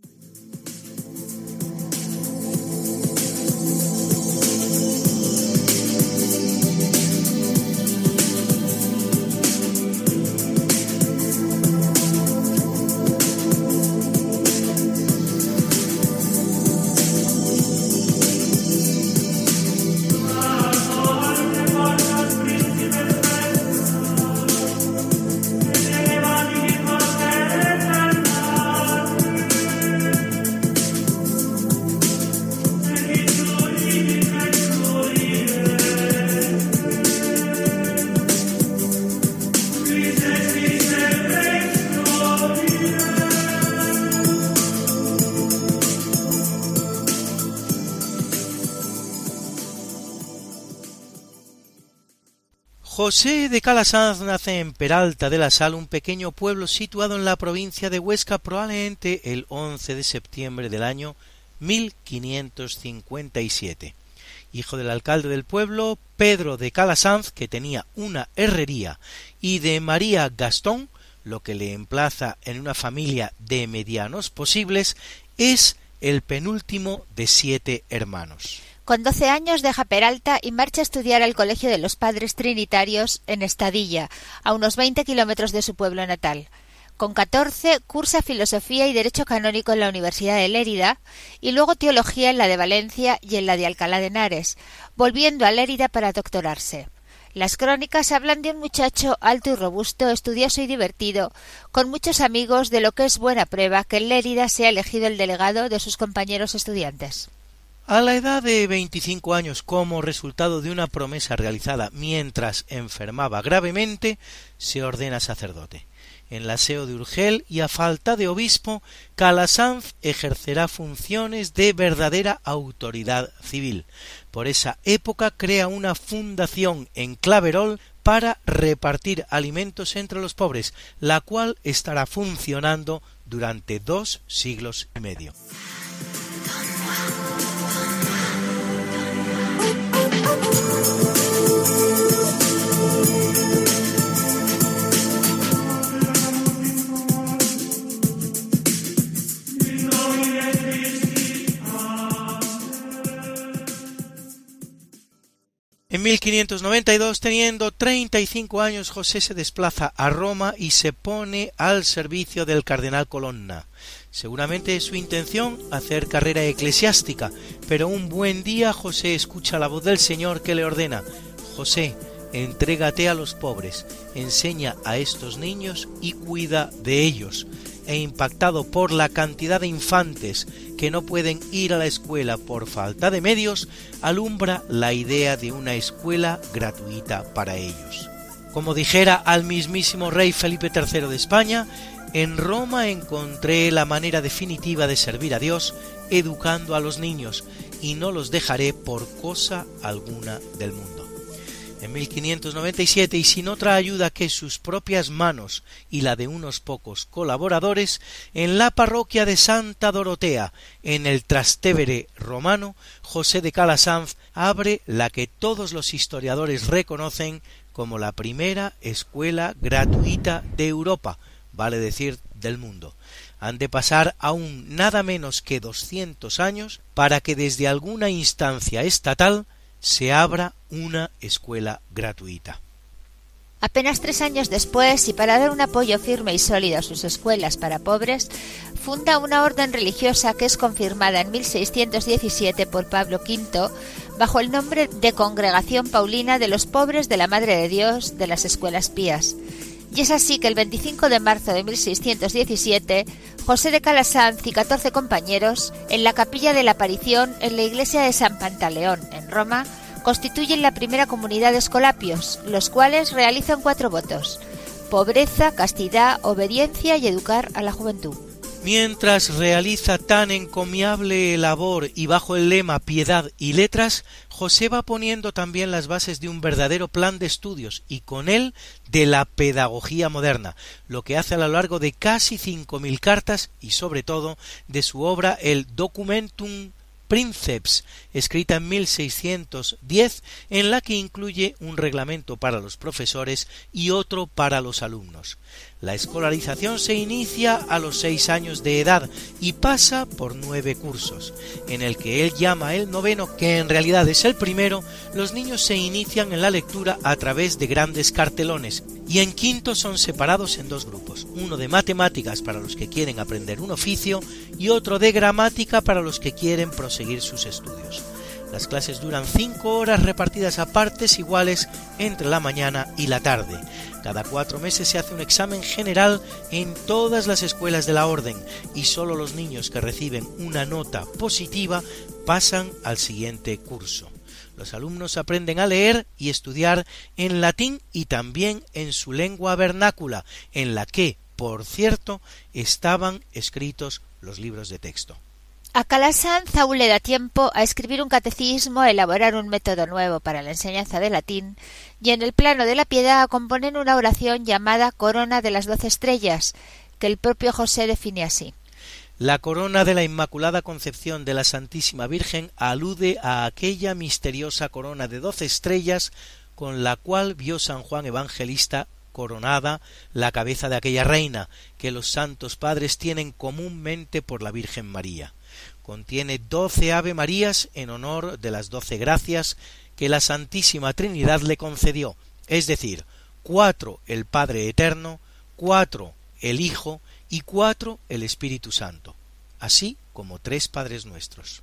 José de Calasanz nace en Peralta de la Sal, un pequeño pueblo situado en la provincia de Huesca, probablemente el once de septiembre del año mil quinientos cincuenta y siete. Hijo del alcalde del pueblo, Pedro de Calasanz, que tenía una herrería, y de María Gastón, lo que le emplaza en una familia de medianos posibles, es el penúltimo de siete hermanos. Con doce años deja Peralta y marcha a estudiar al Colegio de los Padres Trinitarios en Estadilla, a unos veinte kilómetros de su pueblo natal. Con catorce cursa Filosofía y Derecho Canónico en la Universidad de Lérida y luego Teología en la de Valencia y en la de Alcalá de Henares, volviendo a Lérida para doctorarse. Las crónicas hablan de un muchacho alto y robusto, estudioso y divertido, con muchos amigos, de lo que es buena prueba que en Lérida sea elegido el delegado de sus compañeros estudiantes. A la edad de veinticinco años, como resultado de una promesa realizada mientras enfermaba gravemente, se ordena sacerdote. En la S E O de Urgel y a falta de obispo, Calasanz ejercerá funciones de verdadera autoridad civil. Por esa época crea una fundación en Claverol para repartir alimentos entre los pobres, la cual estará funcionando durante dos siglos y medio. quinientos noventa y dos, teniendo treinta y cinco años, José se desplaza a Roma y se pone al servicio del cardenal Colonna. Seguramente es su intención hacer carrera eclesiástica, pero un buen día José escucha la voz del Señor que le ordena: José, entrégate a los pobres, enseña a estos niños y cuida de ellos. E impactado por la cantidad de infantes que no pueden ir a la escuela por falta de medios, alumbra la idea de una escuela gratuita para ellos. Como dijera al mismísimo rey Felipe tercero de España, en Roma encontré la manera definitiva de servir a Dios educando a los niños, y no los dejaré por cosa alguna del mundo. En mil quinientos noventa y siete, y sin otra ayuda que sus propias manos y la de unos pocos colaboradores, en la parroquia de Santa Dorotea, en el Trastevere romano, José de Calasanz abre la que todos los historiadores reconocen como la primera escuela gratuita de Europa, vale decir del mundo. Han de pasar aún nada menos que doscientos años para que desde alguna instancia estatal se abra una escuela gratuita. Apenas tres años después, y para dar un apoyo firme y sólido a sus escuelas para pobres, funda una orden religiosa que es confirmada en mil seiscientos diecisiete por Pablo quinto bajo el nombre de Congregación Paulina de los Pobres de la Madre de Dios de las Escuelas Pías. Y es así que el veinticinco de marzo de mil seiscientos diecisiete, José de Calasanz y catorce compañeros, en la capilla de la Aparición en la iglesia de San Pantaleón, en Roma, constituyen la primera comunidad de escolapios, los cuales realizan cuatro votos: pobreza, castidad, obediencia y educar a la juventud. Mientras realiza tan encomiable labor y bajo el lema Piedad y Letras, José va poniendo también las bases de un verdadero plan de estudios y con él de la pedagogía moderna, lo que hace a lo largo de casi cinco mil cartas y sobre todo de su obra el Documentum Princeps, escrita en mil seiscientos diez, en la que incluye un reglamento para los profesores y otro para los alumnos. La escolarización se inicia a los seis años de edad y pasa por nueve cursos. En el que él llama el noveno, que en realidad es el primero, los niños se inician en la lectura a través de grandes cartelones, y en quinto son separados en dos grupos, uno de matemáticas para los que quieren aprender un oficio y otro de gramática para los que quieren proseguir sus estudios. Las clases duran cinco horas repartidas a partes iguales entre la mañana y la tarde. Cada cuatro meses se hace un examen general en todas las escuelas de la orden y solo los niños que reciben una nota positiva pasan al siguiente curso. Los alumnos aprenden a leer y estudiar en latín y también en su lengua vernácula, en la que, por cierto, estaban escritos los libros de texto. A Calasanz aún le da tiempo a escribir un catecismo, a elaborar un método nuevo para la enseñanza de latín y en el plano de la piedad a componer una oración llamada Corona de las Doce Estrellas, que el propio José define así. La corona de la Inmaculada Concepción de la Santísima Virgen alude a aquella misteriosa corona de doce estrellas con la cual vio San Juan Evangelista coronada la cabeza de aquella reina que los santos padres tienen comúnmente por la Virgen María. Contiene doce Ave Marías en honor de las doce gracias que la Santísima Trinidad le concedió, es decir, cuatro el Padre Eterno, cuatro el Hijo y cuatro el Espíritu Santo, así como tres Padres Nuestros.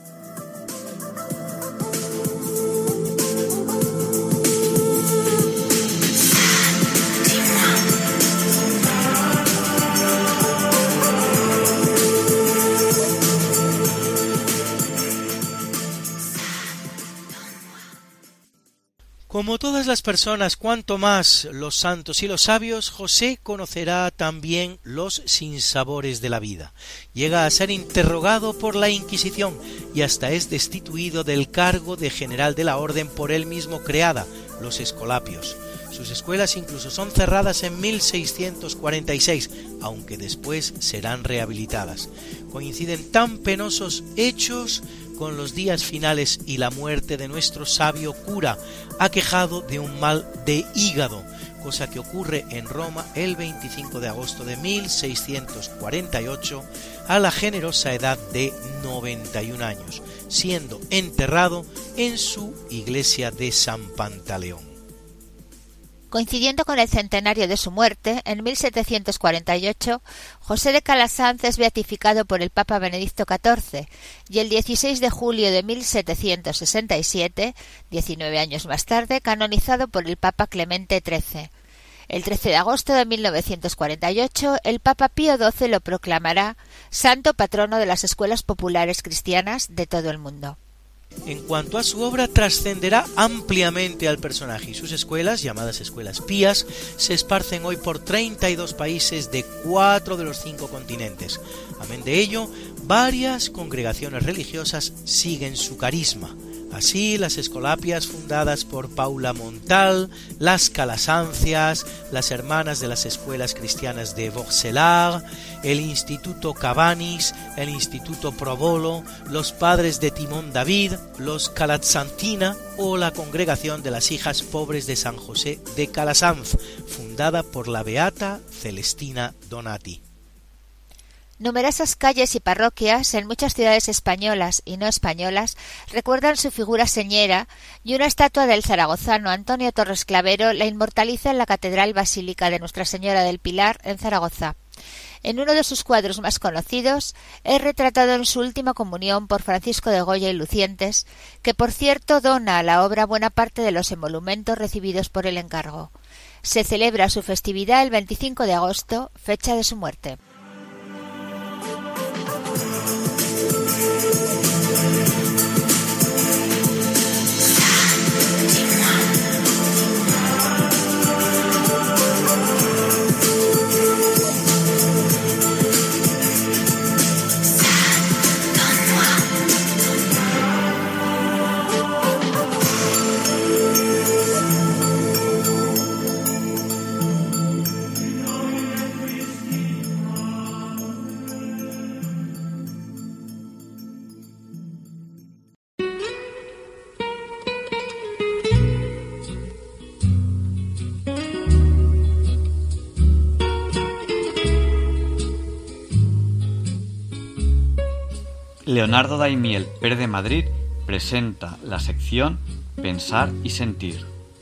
Como todas las personas, cuanto más los santos y los sabios, José conocerá también los sinsabores de la vida. Llega a ser interrogado por la Inquisición y hasta es destituido del cargo de general de la orden por él mismo creada, los Escolapios. Sus escuelas incluso son cerradas en mil seiscientos cuarenta y seis, aunque después serán rehabilitadas. Coinciden tan penosos hechos con los días finales y la muerte de nuestro sabio cura, aquejado de un mal de hígado, cosa que ocurre en Roma el veinticinco de agosto de mil seiscientos cuarenta y ocho a la generosa edad de noventa y un años, siendo enterrado en su iglesia de San Pantaleón. Coincidiendo con el centenario de su muerte, en mil setecientos cuarenta y ocho, José de Calasanz es beatificado por el Papa Benedicto catorce y el dieciséis de julio de mil setecientos sesenta y siete, diecinueve años más tarde, canonizado por el Papa Clemente trece. El trece de agosto de mil novecientos cuarenta y ocho, el Papa Pío doce lo proclamará santo patrono de las escuelas populares cristianas de todo el mundo. En cuanto a su obra, trascenderá ampliamente al personaje y sus escuelas, llamadas escuelas pías, se esparcen hoy por treinta y dos países de cuatro de los cinco continentes. Amén de ello, varias congregaciones religiosas siguen su carisma. Así, las escolapias fundadas por Paula Montal, las Calasancias, las Hermanas de las Escuelas Cristianas de Vauxhall, el Instituto Cabanis, el Instituto Provolo, los Padres de Timón David, los Calasantina o la Congregación de las Hijas Pobres de San José de Calasanz, fundada por la beata Celestina Donati. Numerosas calles y parroquias en muchas ciudades españolas y no españolas recuerdan su figura señera y una estatua del zaragozano Antonio Torres Clavero la inmortaliza en la Catedral Basílica de Nuestra Señora del Pilar en Zaragoza. En uno de sus cuadros más conocidos es retratado en su última comunión por Francisco de Goya y Lucientes, que por cierto dona a la obra buena parte de los emolumentos recibidos por el encargo. Se celebra su festividad el veinticinco de agosto, fecha de su muerte. Leonardo Daimiel, P E R de Madrid, presenta la sección Pensar y Sentir.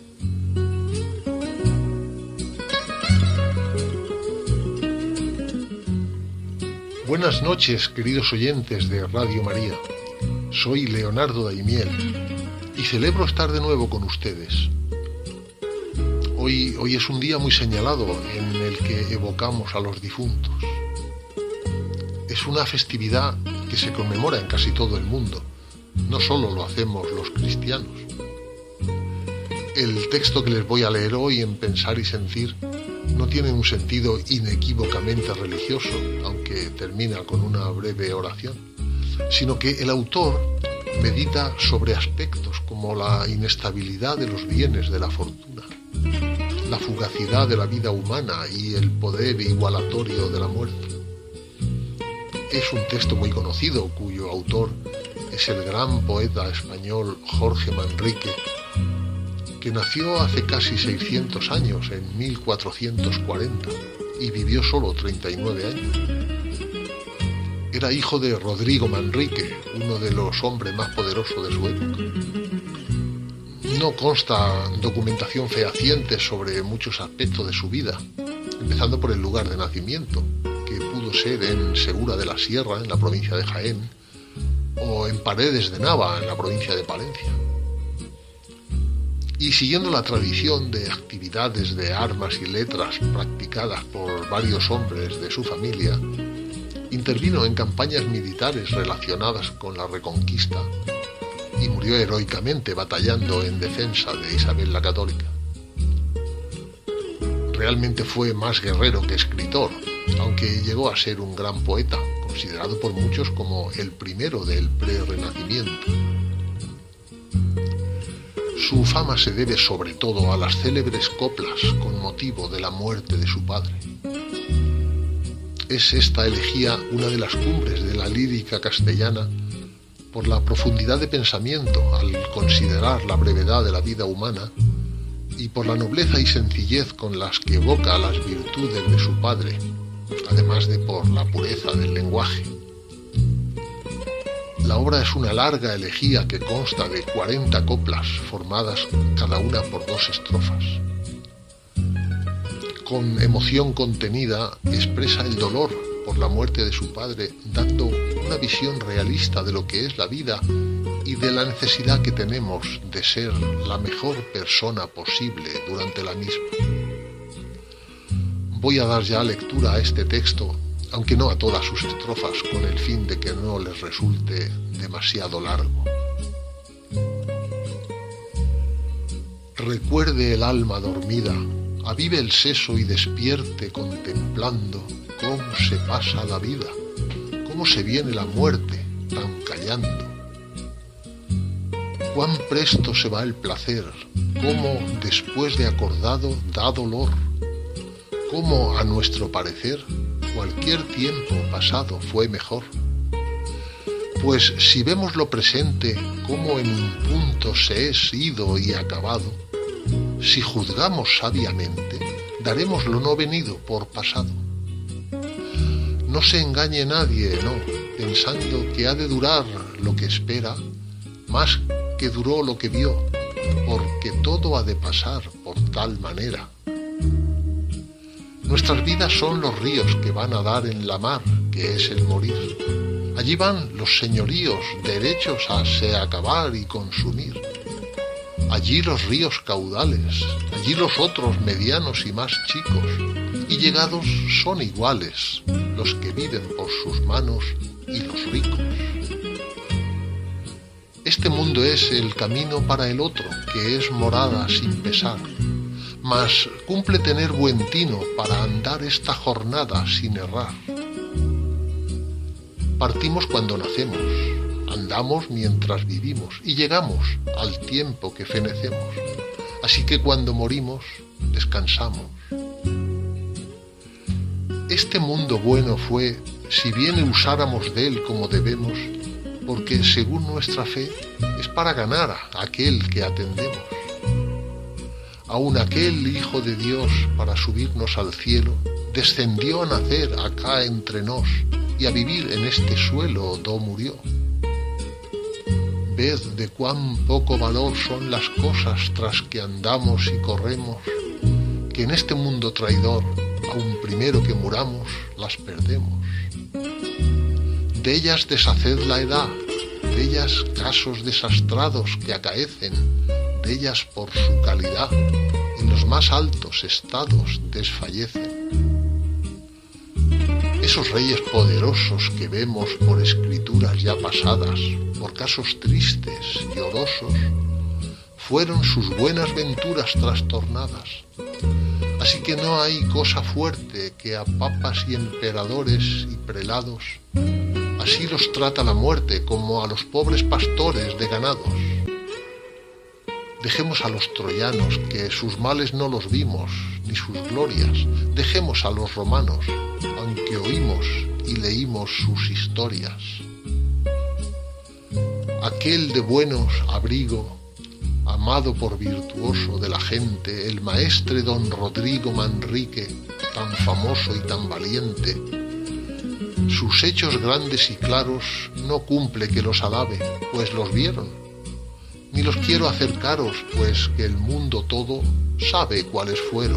Buenas noches, queridos oyentes de Radio María. Soy Leonardo Daimiel y celebro estar de nuevo con ustedes. Hoy, hoy es un día muy señalado en el que evocamos a los difuntos. Es una festividad que se conmemora en casi todo el mundo. No solo lo hacemos los cristianos. El texto que les voy a leer hoy en Pensar y Sentir no tiene un sentido inequívocamente religioso, aunque termina con una breve oración, sino que el autor medita sobre aspectos como la inestabilidad de los bienes de la fortuna, la fugacidad de la vida humana y el poder igualatorio de la muerte. Es un texto muy conocido, cuyo autor es el gran poeta español Jorge Manrique, que nació hace casi seiscientos años, en mil cuatrocientos cuarenta, y vivió solo treinta y nueve años. Era hijo de Rodrigo Manrique, uno de los hombres más poderosos de su época. No consta documentación fehaciente sobre muchos aspectos de su vida, empezando por el lugar de nacimiento, que pudo ser en Segura de la Sierra, en la provincia de Jaén, o en Paredes de Nava, en la provincia de Palencia. Y siguiendo la tradición de actividades de armas y letras practicadas por varios hombres de su familia, intervino en campañas militares relacionadas con la Reconquista y murió heroicamente batallando en defensa de Isabel la Católica. Realmente fue más guerrero que escritor, aunque llegó a ser un gran poeta, considerado por muchos como el primero del pre-renacimiento. Su fama se debe sobre todo a las célebres coplas con motivo de la muerte de su padre. Es esta elegía una de las cumbres de la lírica castellana por la profundidad de pensamiento al considerar la brevedad de la vida humana y por la nobleza y sencillez con las que evoca las virtudes de su padre, además de por la pureza del lenguaje. La obra es una larga elegía que consta de cuarenta coplas formadas cada una por dos estrofas. Con emoción contenida expresa el dolor por la muerte de su padre, dando una visión realista de lo que es la vida y de la necesidad que tenemos de ser la mejor persona posible durante la misma. Voy a dar ya lectura a este texto, aunque no a todas sus estrofas, con el fin de que no les resulte demasiado largo. Recuerde el alma dormida, avive el seso y despierte contemplando cómo se pasa la vida, cómo se viene la muerte tan callando. Cuán presto se va el placer, cómo después de acordado da dolor, cómo a nuestro parecer cualquier tiempo pasado fue mejor. Pues si vemos lo presente, cómo en un punto se es ido y acabado, si juzgamos sabiamente, daremos lo no venido por pasado. No se engañe nadie, no, pensando que ha de durar lo que espera, más que duró lo que vio, porque todo ha de pasar por tal manera. Nuestras vidas son los ríos que van a dar en la mar, que es el morir. Allí van los señoríos derechos a se acabar y consumir. Allí los ríos caudales, allí los otros medianos y más chicos, y llegados son iguales los que viven por sus manos y los ricos. Este mundo es el camino para el otro, que es morada sin pesar, mas cumple tener buen tino para andar esta jornada sin errar. Partimos cuando nacemos, andamos mientras vivimos y llegamos al tiempo que fenecemos. Así que cuando morimos, descansamos. Este mundo bueno fue, si bien usáramos de él como debemos, porque según nuestra fe es para ganar a aquel que atendemos. Aun aquel Hijo de Dios, para subirnos al cielo, descendió a nacer acá entre nos y a vivir en este suelo do murió. Ved de cuán poco valor son las cosas tras que andamos y corremos, que en este mundo traidor, aun primero que muramos, las perdemos. De ellas deshaced la edad, de ellas casos desastrados que acaecen, de ellas por su calidad en los más altos estados desfallecen. Esos reyes poderosos que vemos por escrituras ya pasadas, por casos tristes y orosos, fueron sus buenas venturas trastornadas. Así que no hay cosa fuerte que a papas y emperadores y prelados, así los trata la muerte como a los pobres pastores de ganados. Dejemos a los troyanos, que sus males no los vimos, ni sus glorias. Dejemos a los romanos, aunque oímos y leímos sus historias. Aquel de buenos abrigo, amado por virtuoso de la gente, el maestre don Rodrigo Manrique, tan famoso y tan valiente, sus hechos grandes y claros no cumple que los alabe, pues los vieron. Ni los quiero acercaros, pues que el mundo todo sabe cuáles fueron.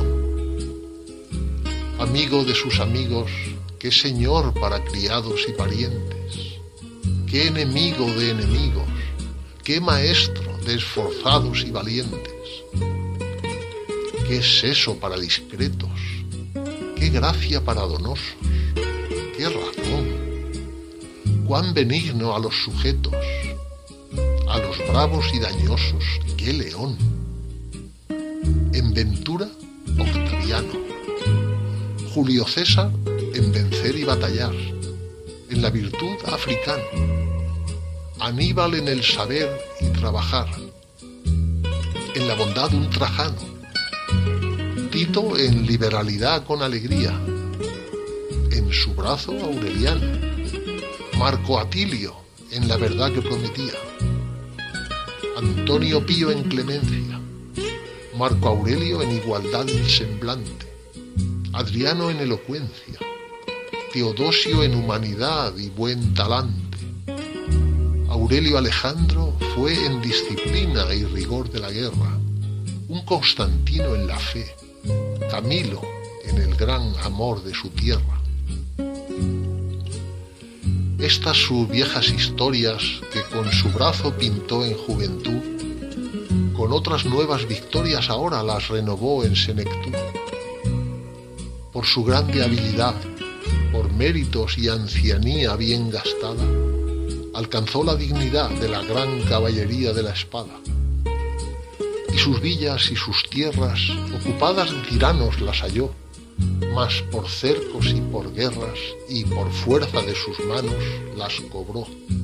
Amigo de sus amigos, qué señor para criados y parientes, qué enemigo de enemigos, qué maestro de esforzados y valientes, qué seso para discretos, qué gracia para donosos, qué razón, cuán benigno a los sujetos, a los bravos y dañosos, qué león. En ventura, Octaviano. Julio César, en vencer y batallar. En la virtud, africano. Aníbal en el saber y trabajar. En la bondad, un Trajano. Tito en liberalidad con alegría. En su brazo, Aureliano. Marco Atilio en la verdad que prometía. Antonio Pío en clemencia, Marco Aurelio en igualdad del semblante, Adriano en elocuencia, Teodosio en humanidad y buen talante, Aurelio Alejandro fue en disciplina y rigor de la guerra, un Constantino en la fe, Camilo en el gran amor de su tierra. Estas sus viejas historias que con su brazo pintó en juventud, con otras nuevas victorias ahora las renovó en senectud. Por su grande habilidad, por méritos y ancianía bien gastada, alcanzó la dignidad de la gran caballería de la espada. Y sus villas y sus tierras, ocupadas de tiranos, las halló, mas por cercos y por guerras, y por fuerza de sus manos, las cobró.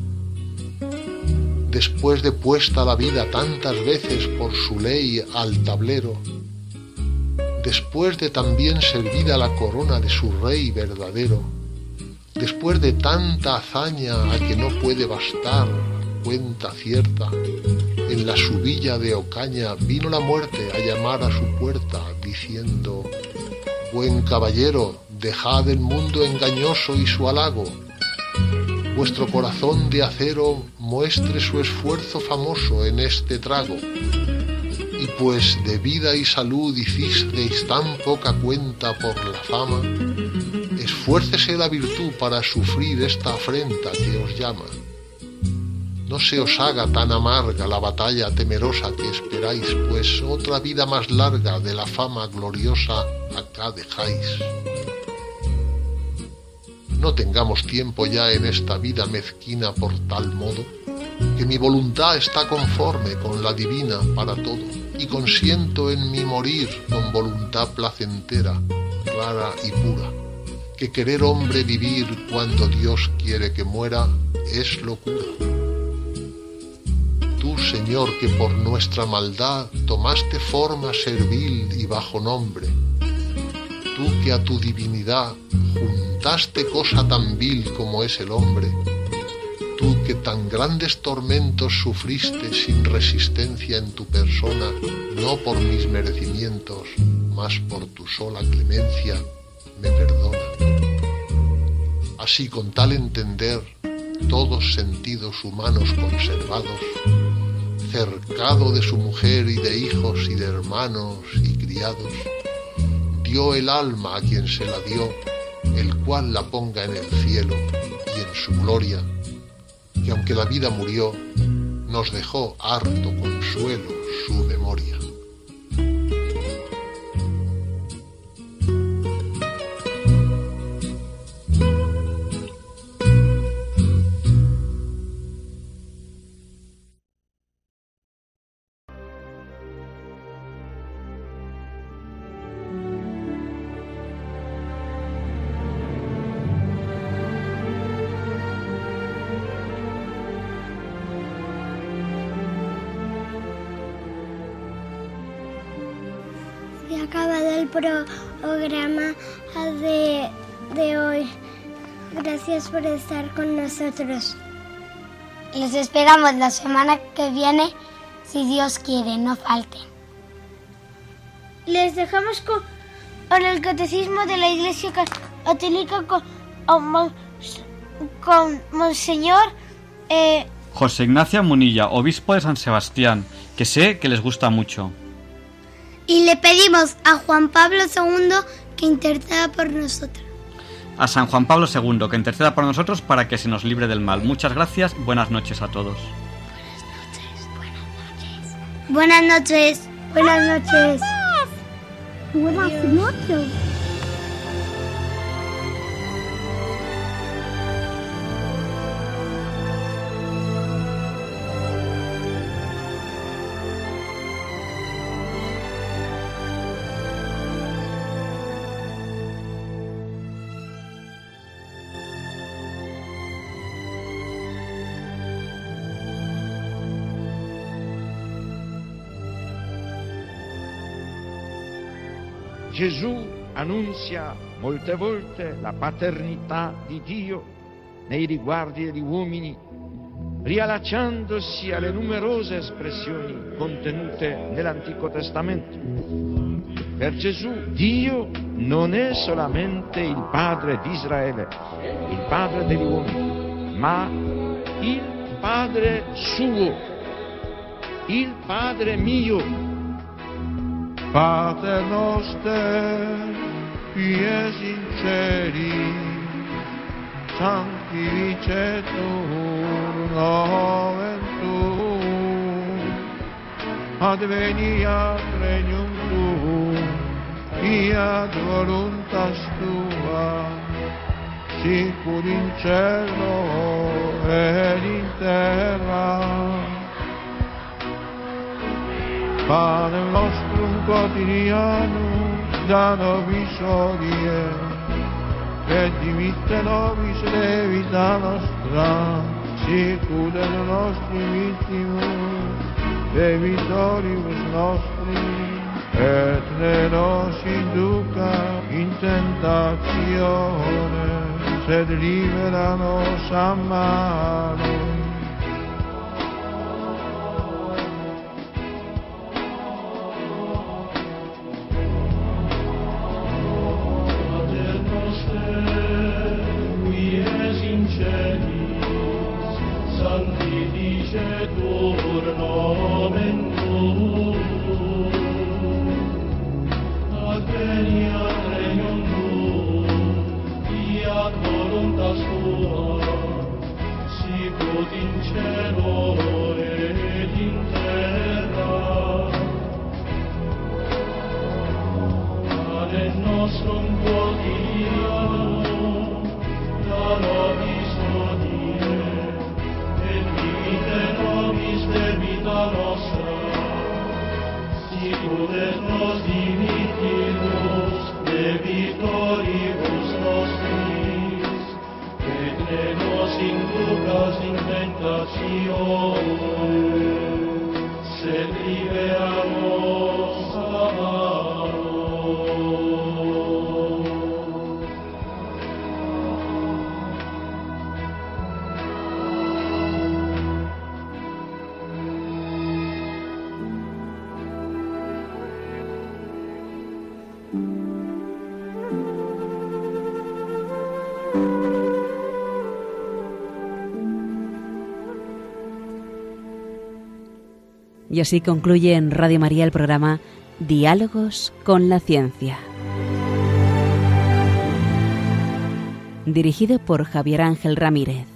Después de puesta la vida tantas veces por su ley al tablero, después de también servida la corona de su rey verdadero, después de tanta hazaña a que no puede bastar cuenta cierta, en la su villa de Ocaña vino la muerte a llamar a su puerta, diciendo: buen caballero, dejad el mundo engañoso y su halago, vuestro corazón de acero muestre su esfuerzo famoso en este trago. Y pues de vida y salud hicisteis tan poca cuenta por la fama, esfuércese la virtud para sufrir esta afrenta que os llama. No se os haga tan amarga la batalla temerosa que esperáis, pues otra vida más larga de la fama gloriosa acá dejáis. No tengamos tiempo ya en esta vida mezquina por tal modo, que mi voluntad está conforme con la divina para todo, y consiento en mi morir con voluntad placentera, clara y pura, que querer hombre vivir cuando Dios quiere que muera es locura. Tú, Señor, que por nuestra maldad tomaste forma servil y bajo nombre, tú que a tu divinidad juntaste cosa tan vil como es el hombre, tú que tan grandes tormentos sufriste sin resistencia en tu persona, no por mis merecimientos, mas por tu sola clemencia, me perdona. Así, con tal entender, todos sentidos humanos conservados, cercado de su mujer y de hijos y de hermanos y criados, dio el alma a quien se la dio, el cual la ponga en el cielo y en su gloria, que aunque la vida murió, nos dejó harto consuelo su memoria. Programa de, de hoy. Gracias por estar con nosotros. Les esperamos la semana que viene, si Dios quiere, no falten. Les dejamos con, con el catecismo de la Iglesia Católica con, con Monseñor eh... José Ignacio Munilla, obispo de San Sebastián, que sé que les gusta mucho. Y le pedimos a Juan Pablo segundo que interceda por nosotros. A San Juan Pablo segundo, que interceda por nosotros para que se nos libre del mal. Muchas gracias y buenas noches a todos. Buenas noches. Buenas noches. Buenas noches. Gesù annunzia molte volte la paternità di Dio nei riguardi degli uomini riallacciandosi alle numerose espressioni contenute nell'Antico Testamento. Per Gesù Dio non è solamente il Padre di Israele, il Padre degli uomini, ma il Padre suo, il Padre mio. Pater noster, qui es in celi, sanctificetur nomen tuum, adveniat regnum tuum, fiat voluntas tua, sicur in cielo ed in terra. Pane nostrum quotidianum da nobis hodie, et dimitte nobis levita nostra, sicut et nostri vittimus, debitoribus nostri, et ne nos induca in tentatione, sed libera nos a malo. Sanctificetur nomen tuum, adveniat regnum tuum, fiat voluntas tua, sicut in cielo et in terra. Pane nostrum quotidianum da nobis hodie, debita nostra, sicut et nos dimittimus debitoribus nostris, et ne nos inducas in tentatione, sed libera nos a malo. Y así concluye en Radio María el programa Diálogos con la Ciencia, dirigido por Javier Ángel Ramírez.